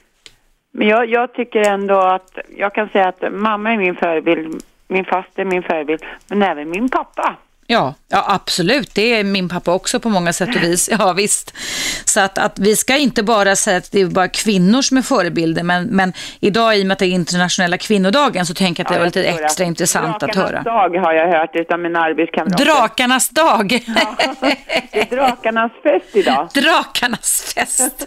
Men jag, jag tycker ändå att jag kan säga att mamma är min förebild. Min faster är min förebild. Men även min pappa. Ja, ja, absolut. Det är min pappa också på många sätt och vis. Ja, visst. Så att, att vi ska inte bara säga att det är bara kvinnor som är förebilder, men, men idag i och med att det är internationella kvinnodagen så tänker jag att det ja, var lite extra det. intressant Drakarnas att höra. Drakarnas dag har jag hört utan min arbetskamrat. Drakarnas dag! Ja, det är drakarnas fest idag. Drakarnas fest!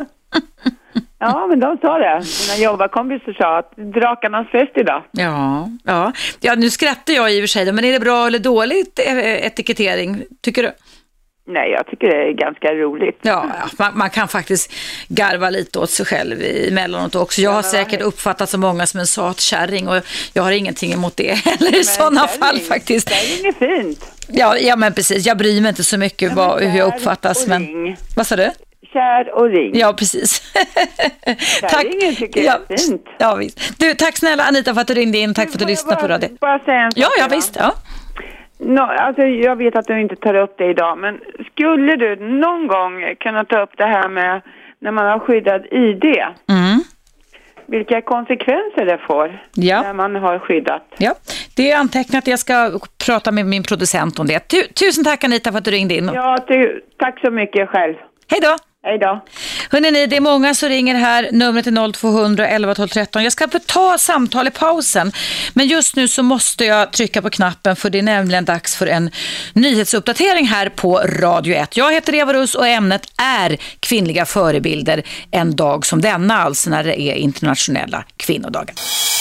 Ja, men de sa det. Mina jobbarkompisar sa att drakarnas fest idag. Ja, ja. Ja, nu skrattar jag i och för sig. Men är det bra eller dåligt etikettering, tycker du? Nej, jag tycker det är ganska roligt. Ja, man, man kan faktiskt garva lite åt sig själv emellanåt också. Jag har säkert uppfattat så många som en satkärring och jag har ingenting emot det heller i sådana fall faktiskt. Kärring är fint. Ja, ja, men precis. Jag bryr mig inte så mycket ja, vad, hur jag uppfattas. Men ring. Vad sa du? Kär och ring. Ja, precis. Tack. Ingen tycker ja, det är fint. Ja, visst. Du, tack snälla Anita för att du ringde in. Tack för att du lyssnade på radio. Bara säga en ja, ja, visst. Ja. No, alltså jag vet att du inte tar upp det idag, men skulle du någon gång kunna ta upp det här med när man har skyddat I D? Mm. Vilka konsekvenser det får ja. när man har skyddat? Ja, Det är antecknat, jag ska prata med min producent om det. Tusen tack Anita för att du ringde in. Ja, tu- tack så mycket själv. Hej då! Hej då. Hörrni, det är många som ringer här. Numret är noll två hundra elva tolv tretton. Jag ska ta samtal i pausen. Men just nu så måste jag trycka på knappen för det är nämligen dags för en nyhetsuppdatering här på Radio ett. Jag heter Eva Russ och ämnet är kvinnliga förebilder en dag som denna, alltså när det är internationella kvinnodagen.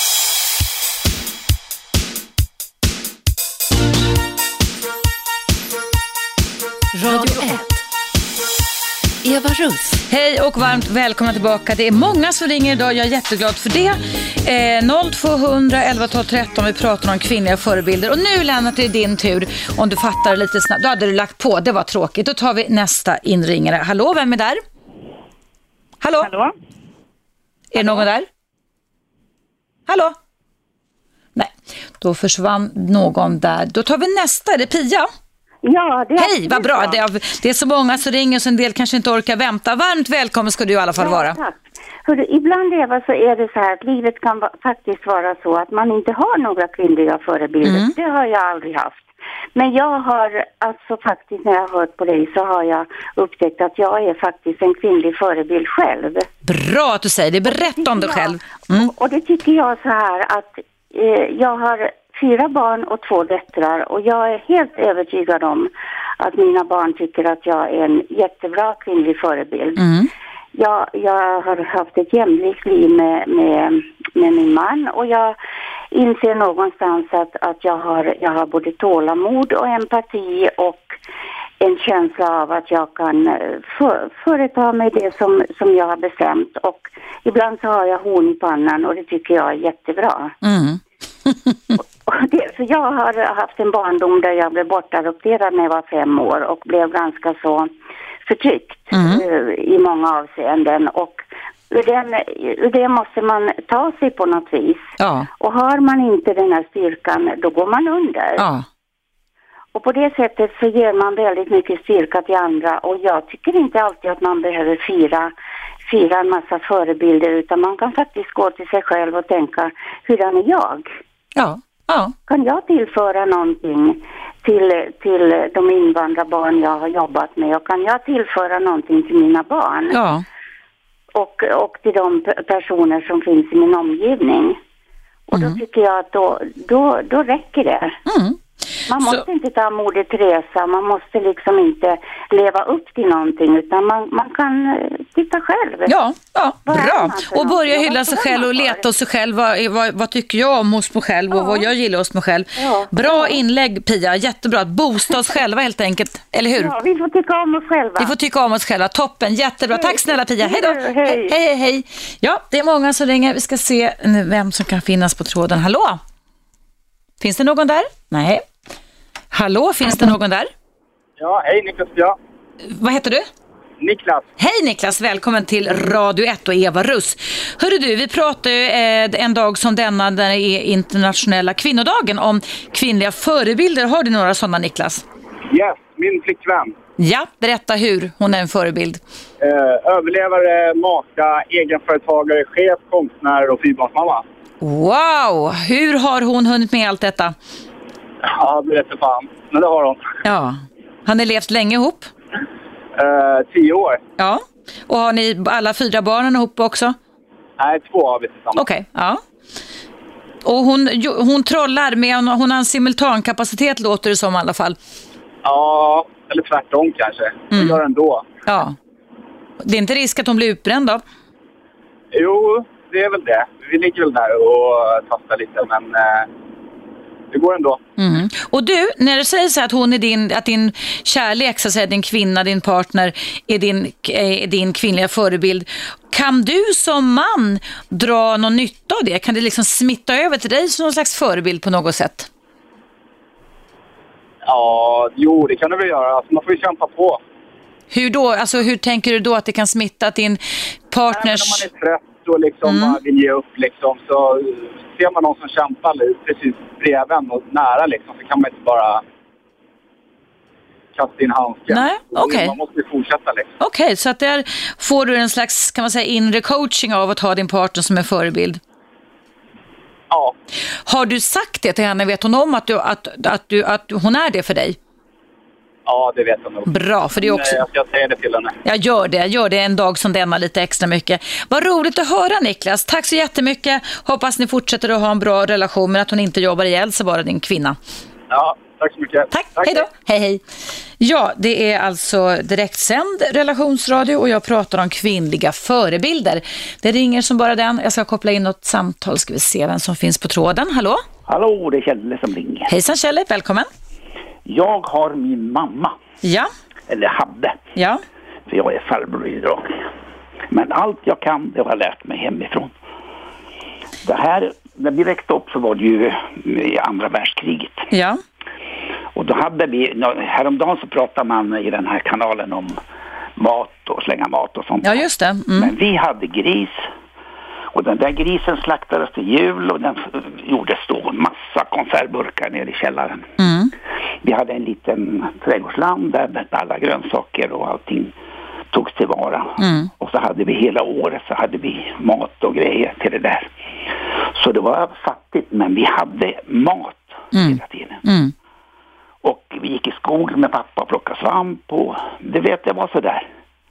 Radio ett. Eva Russ. Hej och varmt välkomna tillbaka. Det är många som ringer idag, jag är jätteglad för det. Eh, noll två hundra elva tolv tretton, vi pratar om kvinnliga förebilder. Och nu Lennart, det är din tur. Om du fattar lite snabbt, då hade du lagt på, det var tråkigt. Då tar vi nästa inringare. Hallå, vem är där? Hallå? Hallå? Är det någon där? Hallå? Nej, då försvann någon där. Då tar vi nästa, är det Pia? Ja, det är Hej, vad bra. Det är, det är så många som ringer så en del kanske inte orkar vänta. Varmt välkommen ska du i alla fall vara. Ja, tack. Hörru, ibland Eva, så är det så här att livet kan va- faktiskt vara så att man inte har några kvinnliga förebilder. Mm. Det har jag aldrig haft. Men jag har, alltså faktiskt när jag har hört på dig så har jag upptäckt att jag är faktiskt en kvinnlig förebild själv. Bra att du säger det. Berätta om dig själv. Mm. Och, och det tycker jag så här att eh, jag har fyra barn och två döttrar och jag är helt övertygad om att mina barn tycker att jag är en jättebra kvinnlig förebild. Mm. Jag, jag har haft ett jämlikt liv med, med, med min man och jag inser någonstans att, att jag, har, jag har både tålamod och empati och en känsla av att jag kan för, företa mig det som, som jag har bestämt. Och ibland så har jag horn i pannan och det tycker jag är jättebra. Mm. och det, för jag har haft en barndom där jag blev bortadopterad när jag var fem år och blev ganska så förtryckt mm. uh, i många avseenden. Och ur, den, ur det måste man ta sig på något vis. Ja. Och har man inte den här styrkan, då går man under. Ja. Och på det sättet så ger man väldigt mycket styrka till andra. Och jag tycker inte alltid att man behöver fira, fira en massa förebilder. Utan man kan faktiskt gå till sig själv och tänka, hurdan är jag? Ja. Ja. Kan jag tillföra någonting till, till de invandrarbarn jag har jobbat med? Och kan jag tillföra någonting till mina barn? Ja. Och, och till de personer som finns i min omgivning. Och mm. då tycker jag att då, då, då räcker det. Mm. Man måste så... inte ta Moder Teresa, man måste liksom inte leva upp till någonting utan man, man kan titta själv. Ja, ja vad bra. Och börja hylla sig själv och leta hos sig själv. Vad, vad, vad tycker jag om hos mig själv och ja. vad jag gillar hos mig själv. Ja. Bra inlägg Pia, jättebra. Att boosta oss själva helt enkelt, eller hur? Ja, vi får tycka om oss själva. Vi får tycka om oss själva, toppen, jättebra. Hej. Tack snälla Pia, hej då. Hej. Hej, hej, hej. Ja, det är många som ringer. Vi ska se vem som kan finnas på tråden. Hallå? Finns det någon där? Nej. Hallå, finns det någon där? Ja, hej Niklas, ja. Vad heter du? Niklas. Hej Niklas, välkommen till Radio ett och Eva Russ. Hörru du, vi pratar ju eh, en dag som denna där det är internationella kvinnodagen om kvinnliga förebilder. Har du några sådana Niklas? Yes, min flickvän. Ja, berätta hur hon är en förebild. Eh, överlevare, maka, egenföretagare, chef, konstnär och fyrbarnsmamma. Wow, hur har hon hunnit med allt detta? Ja, det vet fan. Men det har hon. Ja. Har ni levt länge ihop? Uh, tio år. Ja. Och har ni alla fyra barnen ihop också? Nej, två har vi tillsammans. Okej, okay. Ja. Och hon, hon trollar med, hon har en simultankapacitet låter det som i alla fall. Ja, eller tvärtom kanske. Hon mm. gör ändå. Ja. Det är inte risk att hon blir utbränd då? Jo, det är väl det. Vi ligger väl där och tastar lite, men... Uh... det går ändå. Mm. Och du, när du säger så att hon är din, att din kärlek, så att säga, din kvinna, din partner är din, är din kvinnliga förebild. Kan du som man dra någon nytta av det? Kan det liksom smitta över till dig som någon slags förebild på något sätt? Ja, jo, det kan det väl göra. Alltså, man får ju kämpa på. Hur då? Alltså, hur tänker du då att det kan smitta att din partners... Nej, men om man är trött och liksom mm. vill ge upp liksom, så ser man någon som kämpar precis bredvid och nära liksom, så kan man inte bara kasta in handsken. Nej, okej. Okay. Man måste ju fortsätta liksom. Okej, okay, så att där får du en slags, kan man säga, inre coaching av att ha din partner som en förebild. Ja. Har du sagt det till henne? Vet hon om att, du, att, att, du, att hon är det för dig? Ja, det vet hon nog. Bra, för det är också... Jag ska säga det till henne. Jag gör det, jag gör det en dag som denna lite extra mycket. Vad roligt att höra, Niklas. Tack så jättemycket. Hoppas ni fortsätter att ha en bra relation, men att hon inte jobbar ihjäl sig bara, din kvinna. Ja, tack så mycket. Tack, Tack. Hej då. Hej, hej. Ja, det är alltså direktsänd relationsradio och jag pratar om kvinnliga förebilder. Det ringer som bara den. Jag ska koppla in något samtal, ska vi se vem som finns på tråden. Hallå? Hallå, det är Kjelle som ringer. Hejsan Kjelle, välkommen. Jag har min mamma. Ja. Eller hade. Ja. För jag är farbror idag. Men allt jag kan, det har jag lärt mig hemifrån. Det här, när vi växte upp så var det ju i andra världskriget. Ja. Och då hade vi, häromdagen så pratade man i den här kanalen om mat och slänga mat och sånt. Ja, just det. Mm. Men vi hade gris. Och den där grisen slaktades till jul och den gjordes då en massa konservburkar nere i källaren. Mm. Vi hade en liten trädgårdsland där alla grönsaker och allting togs tillvara. Mm. Och så hade vi hela året så hade vi mat och grejer till det där. Så det var fattigt, men vi hade mat mm. hela tiden. Mm. Och vi gick i skogen med pappa och plockade svamp och det vet jag var så där.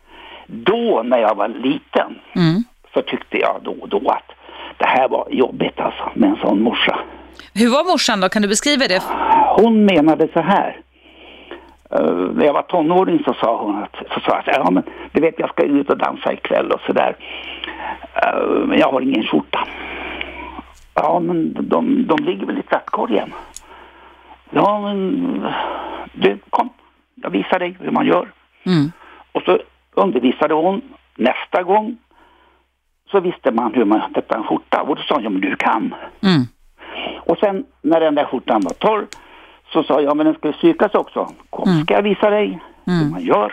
Då när jag var liten mm. så tyckte jag då och då att det här var jobbigt alltså med en sån morsa. Hur var morsan då? Kan du beskriva det? Hon menade så här. Uh, när jag var tonåring så sa hon att, så sa jag, ja men du vet jag ska ut och dansa ikväll och sådär. Uh, men jag har ingen skjorta. Ja men de, de ligger väl i tvättkorgen. Ja men du kom, jag visar dig hur man gör. Mm. Och så undervisade hon nästa gång. Så visste man hur man sätter en skjorta. Och då sa jag, men du kan. Mm. Och sen när den där skjortan var torr så sa jag, men den ska sykas också. Kom, Mm. ska jag visa dig mm. hur man gör.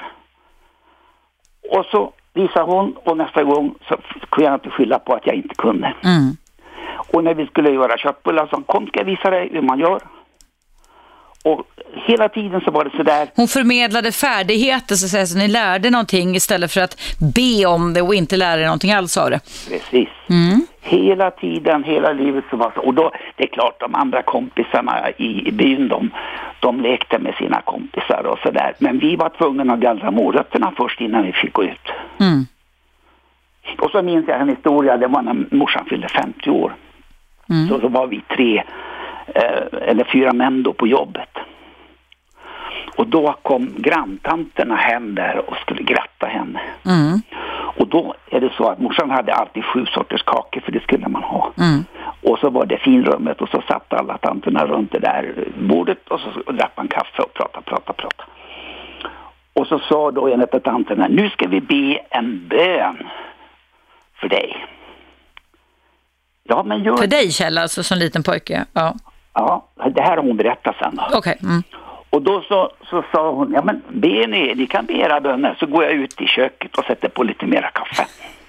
Och så visade hon och nästa gång så kunde jag inte skylla på att jag inte kunde. Mm. Och när vi skulle göra köttbullar så kom, ska jag visa dig hur man gör. Och hela tiden så var det sådär. Hon förmedlade färdigheter så att säga, så ni lärde någonting istället för att be om det och inte lära er någonting alls av det. Precis. Mm. Hela tiden, hela livet så var så. Och då, det är klart, de andra kompisarna i, i byn, de, de lekte med sina kompisar och sådär. Men vi var tvungna att gallra morötterna först innan vi fick gå ut. Mm. Och så minns jag en historia, det var när morsan fyllde femtio år. Mm. Så, så var vi tre, eh, eller fyra män då på jobbet. Och då kom granntanterna hem där och skulle gratta henne. Mm. Och då är det så att morsan hade alltid sju sorters kakor, för det skulle man ha. Mm. Och så var det finrummet och så satt alla tanterna runt det där bordet och så drack man kaffe och prata, prata, prata. Och så sa då en av tanterna, nu ska vi be en bön för dig. Ja, men gör... För dig Kjell, alltså som liten pojke? Ja, ja, det här har hon berättat sen. Okej. Okay. Mm. Och då så, så sa hon, ja men be ni, ni kan be era böner. Så går jag ut i köket och sätter på lite mera kaffe.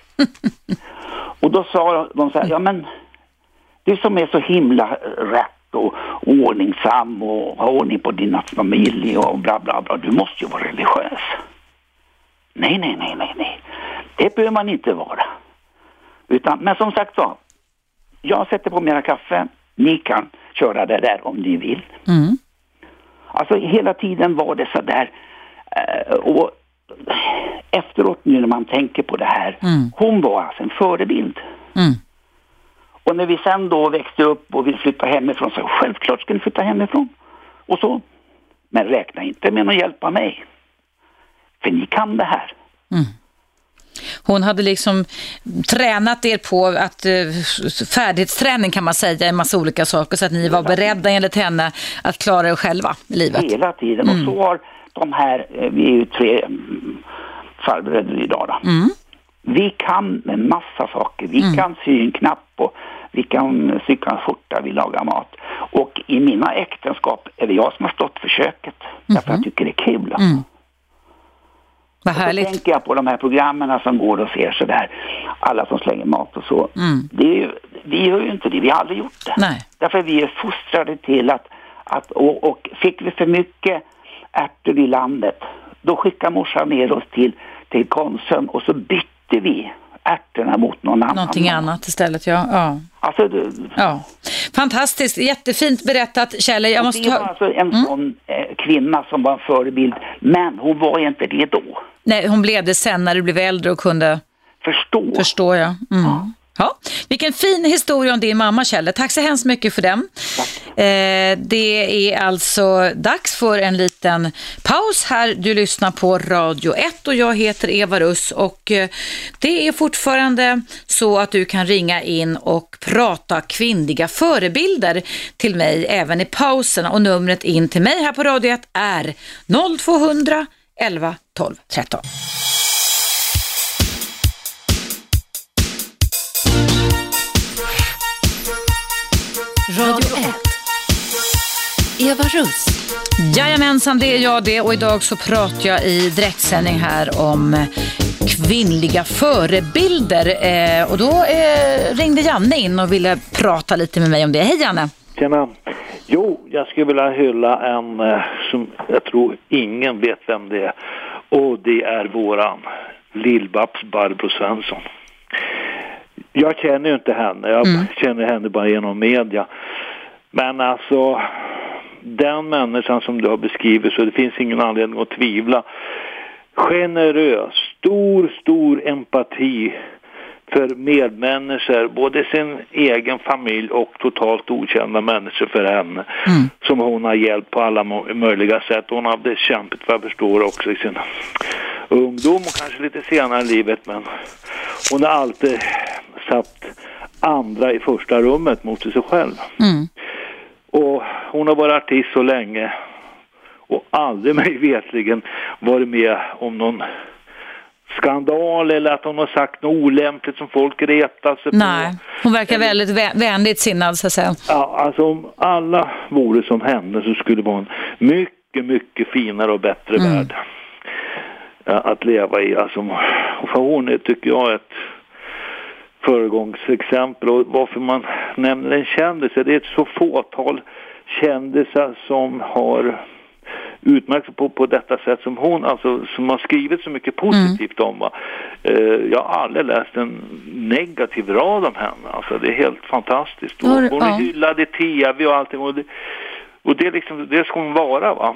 Och då sa de så här, ja men du som är så himla rätt och ordningsam och har ordning på din familj och bla bla bla, du måste ju vara religiös. Nej, nej, nej, nej, nej. Det behöver man inte vara. Utan, men som sagt så, jag sätter på mera kaffe, ni kan köra det där om ni vill. Mm. Alltså hela tiden var det så där, och efteråt nu när man tänker på det här, mm. hon var alltså en förebild. Mm. Och när vi sen då växte upp och vill flytta hemifrån, så självklart ska vi flytta hemifrån. Och så, men räkna inte med att hjälpa mig. För ni kan det här. Mm. Hon hade liksom tränat er på att färdighetsträning kan man säga, en massa olika saker, så att ni var beredda enligt henne att klara er själva i livet. Hela tiden. Mm. Och så har de här, vi är ju tre farbröder idag då. Mm. Vi kan en massa saker. Vi mm. kan sy en knapp och vi kan sy en skjorta, vi lagar mat. Och i mina äktenskap är det jag som har stått för köket. Mm. Därför jag tycker det är kul. Mm. Vad och så härligt. tänker jag på de här programmen som går och ser så där. Alla som slänger mat och så. Mm. Det är ju, vi gör ju inte det. Vi har aldrig gjort det. Nej. Därför vi är fostrade till att, att och, och fick vi för mycket ärtor i landet, då skickar morsan ner oss till, till Konsum och så bytte vi ärtorna mot någon annan. Någonting annat istället, ja. ja. Alltså, det... ja. Fantastiskt, jättefint berättat, Kjell. Jag måste det var ta... alltså en mm. sån eh, kvinna som var en förebild, men hon var inte det då. Nej, hon blev det sen när du blev äldre och kunde... Förstå. Förstå, ja. Mm. ja. Ja, vilken fin historia om din mamma, Kjell. Tack så hemskt mycket för den. Eh, det är alltså dags för en liten paus här. Du lyssnar på Radio ett och jag heter Eva Russ och eh, det är fortfarande så att du kan ringa in och prata kvinnliga förebilder till mig även i pausen, och numret in till mig här på Radio ett är noll två hundra elva tolv tretton. Radio ett. Eva Russ. Jajamensan, det är jag det, och idag så pratar jag i direktsändning här om kvinnliga förebilder eh, och då eh, ringde Janne in och ville prata lite med mig om det. Hej Janne! Tjena! Jo, jag skulle vilja hylla en eh, som jag tror ingen vet vem det är, och det är våran Lill-Babs Barbro Svensson. Jag känner ju inte henne, jag mm. känner henne bara genom media. Men alltså, den människan som du har beskrivit, så det finns ingen anledning att tvivla. Generös, stor, stor empati för medmänniskor, både sin egen familj och totalt okända människor för henne. Mm. Som hon har hjälpt på alla möjliga sätt. Hon hade kämpat, vad jag förstår, också i sin ungdom och kanske lite senare i livet, men hon har alltid satt andra i första rummet mot sig själv. Mm. Och hon har varit artist så länge och aldrig mig vetligen varit med om någon skandal eller att hon har sagt något olämpligt som folk retar sig på. Nej, hon verkar eller... väldigt vä- vänligt sinnad, så att säga. Ja, alltså om alla vore som henne så skulle det vara en mycket, mycket finare och bättre mm. värld att leva i. Alltså, för hon är, tycker jag, ett föregångsexempel. Och varför man nämner en kändis, det är ett så fåtal kändisar som har utmärkt på, på detta sätt som hon, alltså som har skrivit så mycket positivt mm. om. Va? Eh, jag har aldrig läst en negativ rad om henne. Alltså det är helt fantastiskt. Och, hon är hyllad i tv och allting. Och det, och det, liksom, det ska hon vara, va?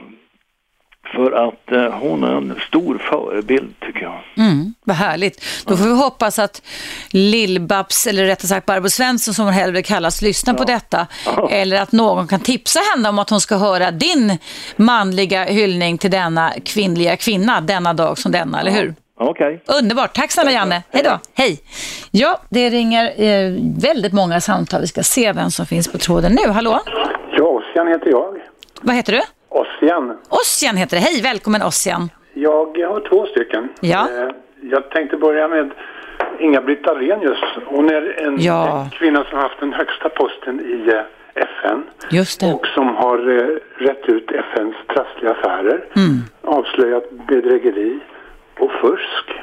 För att eh, hon är en stor förebild, tycker jag. Mm, vad härligt. Då får vi hoppas att Lill-Babs, eller rättare sagt Barbro Svensson som hon hellre kallas, lyssnar ja. på detta. Ja. Eller att någon kan tipsa henne om att hon ska höra din manliga hyllning till denna kvinnliga kvinna denna dag som denna, ja. eller hur? Okej. Okay. Underbart. Tack snälla Janne. Hej då. Hej. Ja, det ringer eh, väldigt många samtal. Vi ska se vem som finns på tråden nu. Hallå? Ja, Ossian heter jag. Vad heter du? Ossian. Ossian heter det. Hej, välkommen Ossian. Jag har två stycken. Ja. Jag tänkte börja med Inga-Britt Ahlenius. Hon är en, ja. en kvinna som har haft den högsta posten i F N. Just det. Och som har rätt ut F N:s trassliga affärer. Mm. Avslöjat bedrägeri och fusk.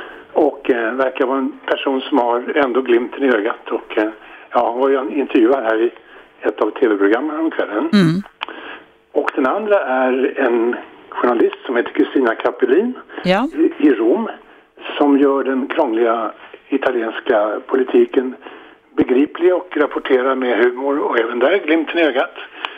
Och eh, verkar vara en person som har ändå glimten i ögat. Och eh, ja, hon var ju en intervjuad här i ett av tv-programmen om kvällen. Mm. Och den andra är en journalist som heter Kristina Capellin ja. i, i Rom, som gör den krångliga italienska politiken begriplig och rapporterar med humor och även där glimten i ögat.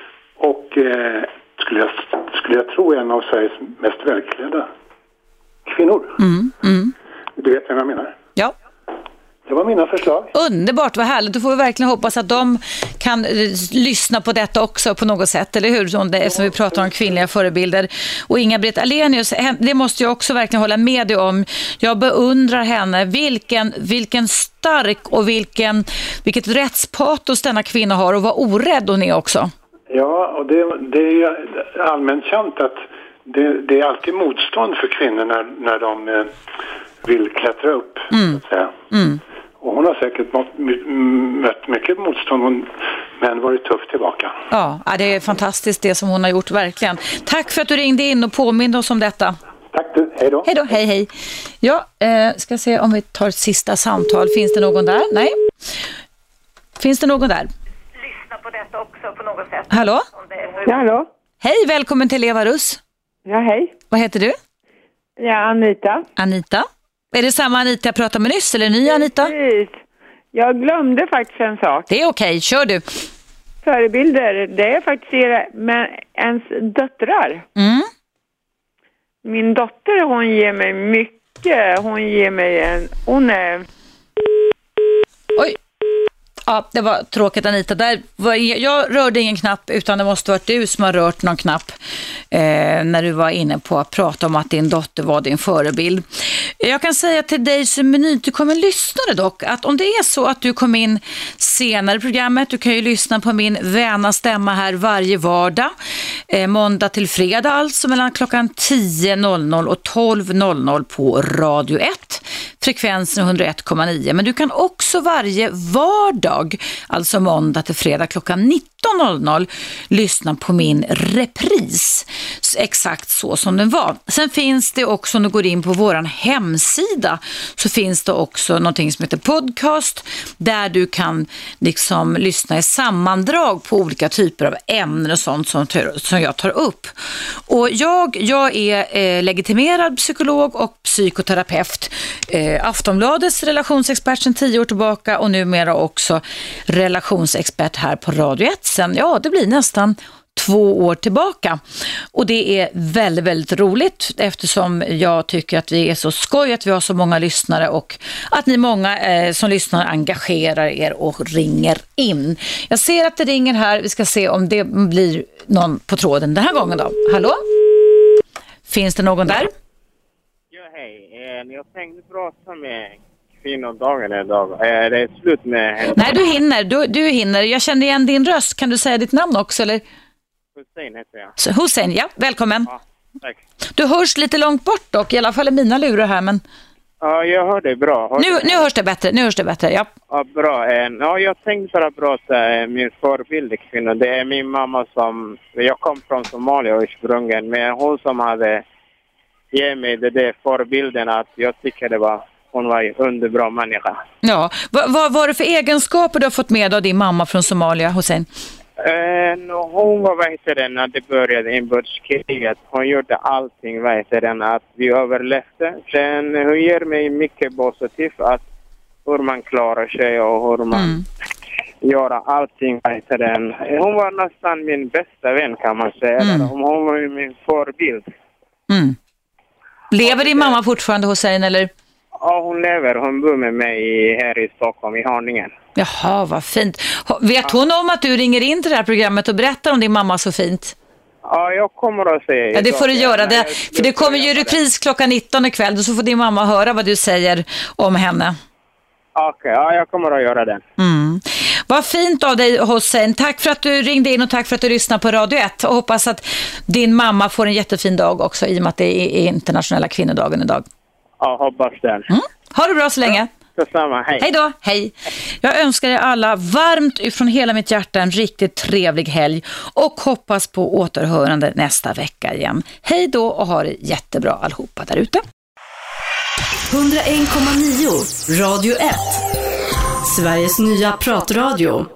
Och eh, skulle, jag, skulle jag tro en av Sveriges mest välklädda kvinnor. Mm, mm. Du vet vem jag menar? Ja. Det var mina förslag. Underbart, vad härligt. Då får vi verkligen hoppas att de kan eh, lyssna på detta också på något sätt, eller hur? Som, det, som vi pratar om kvinnliga förebilder. Och Inga-Britt Ahlenius, det måste jag också verkligen hålla med dig om. Jag beundrar henne. Vilken, vilken stark och vilken, vilket rättspatos denna kvinna har, och vad orädd hon är också. Ja, och det, det är allmänt känt att det, det är alltid motstånd för kvinnor när, när de eh, vill klättra upp, mm. så att säga. Mm. Och hon har säkert mött, mött mycket motstånd, men varit tuff tillbaka. Ja, det är fantastiskt det som hon har gjort, verkligen. Tack för att du ringde in och påminner oss om detta. Tack du, hej då. Hej då, hej hej. Ja, eh, ska se om vi tar ett sista samtal. Finns det någon där? Nej. Finns det någon där? Lyssna på detta också på något sätt. Hallå? Ja, hallå. Hej, välkommen till Eva Russ. Ja, hej. Vad heter du? Ja, Anita. Anita. Är det samma Anita jag pratade med nyss eller ny Anita? Precis. Jag glömde faktiskt en sak. Det är okej, kör du. Förebilder, det är faktiskt era, men ens döttrar. Mm. Min dotter, hon ger mig mycket. Hon ger mig en... Hon är... Oj. Ja, det var tråkigt Anita. Där var, jag rörde ingen knapp utan det måste varit du som har rört någon knapp eh, när du var inne på att prata om att din dotter var din förebild. Jag kan säga till dig som är nytillkommen lyssnare dock att om det är så att du kom in senare i programmet, du kan ju lyssna på min väna stämma här varje vardag, eh, måndag till fredag alltså mellan klockan tio och tolv på Radio ett, frekvensen hundraett komma nio. Men du kan också varje vardag, alltså måndag till fredag klockan nitton lyssna på min repris exakt så som den var. Sen finns det också, om du går in på våran hemsida så finns det också någonting som heter podcast där du kan liksom lyssna i sammandrag på olika typer av ämnen och sånt som, som jag tar upp. Och jag, jag är eh, legitimerad psykolog och psykoterapeut, eh, Aftonbladets relationsexpert sedan tio år tillbaka och numera också relationsexpert här på Radio ett. Sen, ja, det blir nästan två år tillbaka. Och det är väldigt, väldigt roligt eftersom jag tycker att vi är så skoj att vi har så många lyssnare och att ni många eh, som lyssnar engagerar er och ringer in. Jag ser att det ringer här. Vi ska se om det blir någon på tråden den här gången då. Hallå? Finns det någon där? Ja, hej. Eh, jag tänkte prata med kvinnodagen idag. Är det slut med henne? Nej, du hinner. Du, du hinner. Jag känner igen din röst. Kan du säga ditt namn också, eller? Hussein heter jag. Så, Hussein, ja. Välkommen. Ja, tack. Du hörs lite långt bort dock. I alla fall är mina lurar här, men... Ja, jag hör dig bra. Hör nu, dig. nu hörs det bättre. Nu hörs det bättre, ja. Ja, bra. Ja, jag tänkte bara prata min förebild kvinna. Det är min mamma som... Jag kom från Somalia ursprungligen, men hon som hade gett mig det där förebilden att jag tycker det var... Hon var en underbra människa. Ja. Vad, vad var det för egenskaper du har fått med av din mamma från Somalia, Hussein? Uh, hon var, vad heter det, när det började inbördeskriget. Hon gjorde allting, vad heter det, att vi överlevde. Sen hon ger mig mycket positivt att hur man klarar sig och hur man mm. gör allting, vad heter det. Hon var nästan min bästa vän kan man säga. Mm. Hon var min förebild. Mm. Lever din mamma fortfarande, Hussein, eller? Ja, hon lever. Hon bor med mig här i Stockholm, i Haninge. Jaha, vad fint. Vet hon om att du ringer in till det här programmet och berättar om din mamma så fint? Ja, jag kommer att säga. Ja, det får du göra. Det, för det kommer ju repris klockan nitton ikväll. Då så får din mamma höra vad du säger om henne. Okej, okay, ja, jag kommer att göra det. Mm. Vad fint av dig, Hussein. Tack för att du ringde in och tack för att du lyssnade på Radio ett. Och hoppas att din mamma får en jättefin dag också i och med att det är internationella kvinnodagen idag. Ja, hoppas det. Mm. Ha det bra så länge. Ja, detsamma, hej. Hej då, hej. Jag önskar er alla varmt ifrån hela mitt hjärta en riktigt trevlig helg och hoppas på återhörande nästa vecka igen. Hej då och ha det jättebra allihopa där ute. hundraen komma nio Radio ett. Sveriges nya pratradio.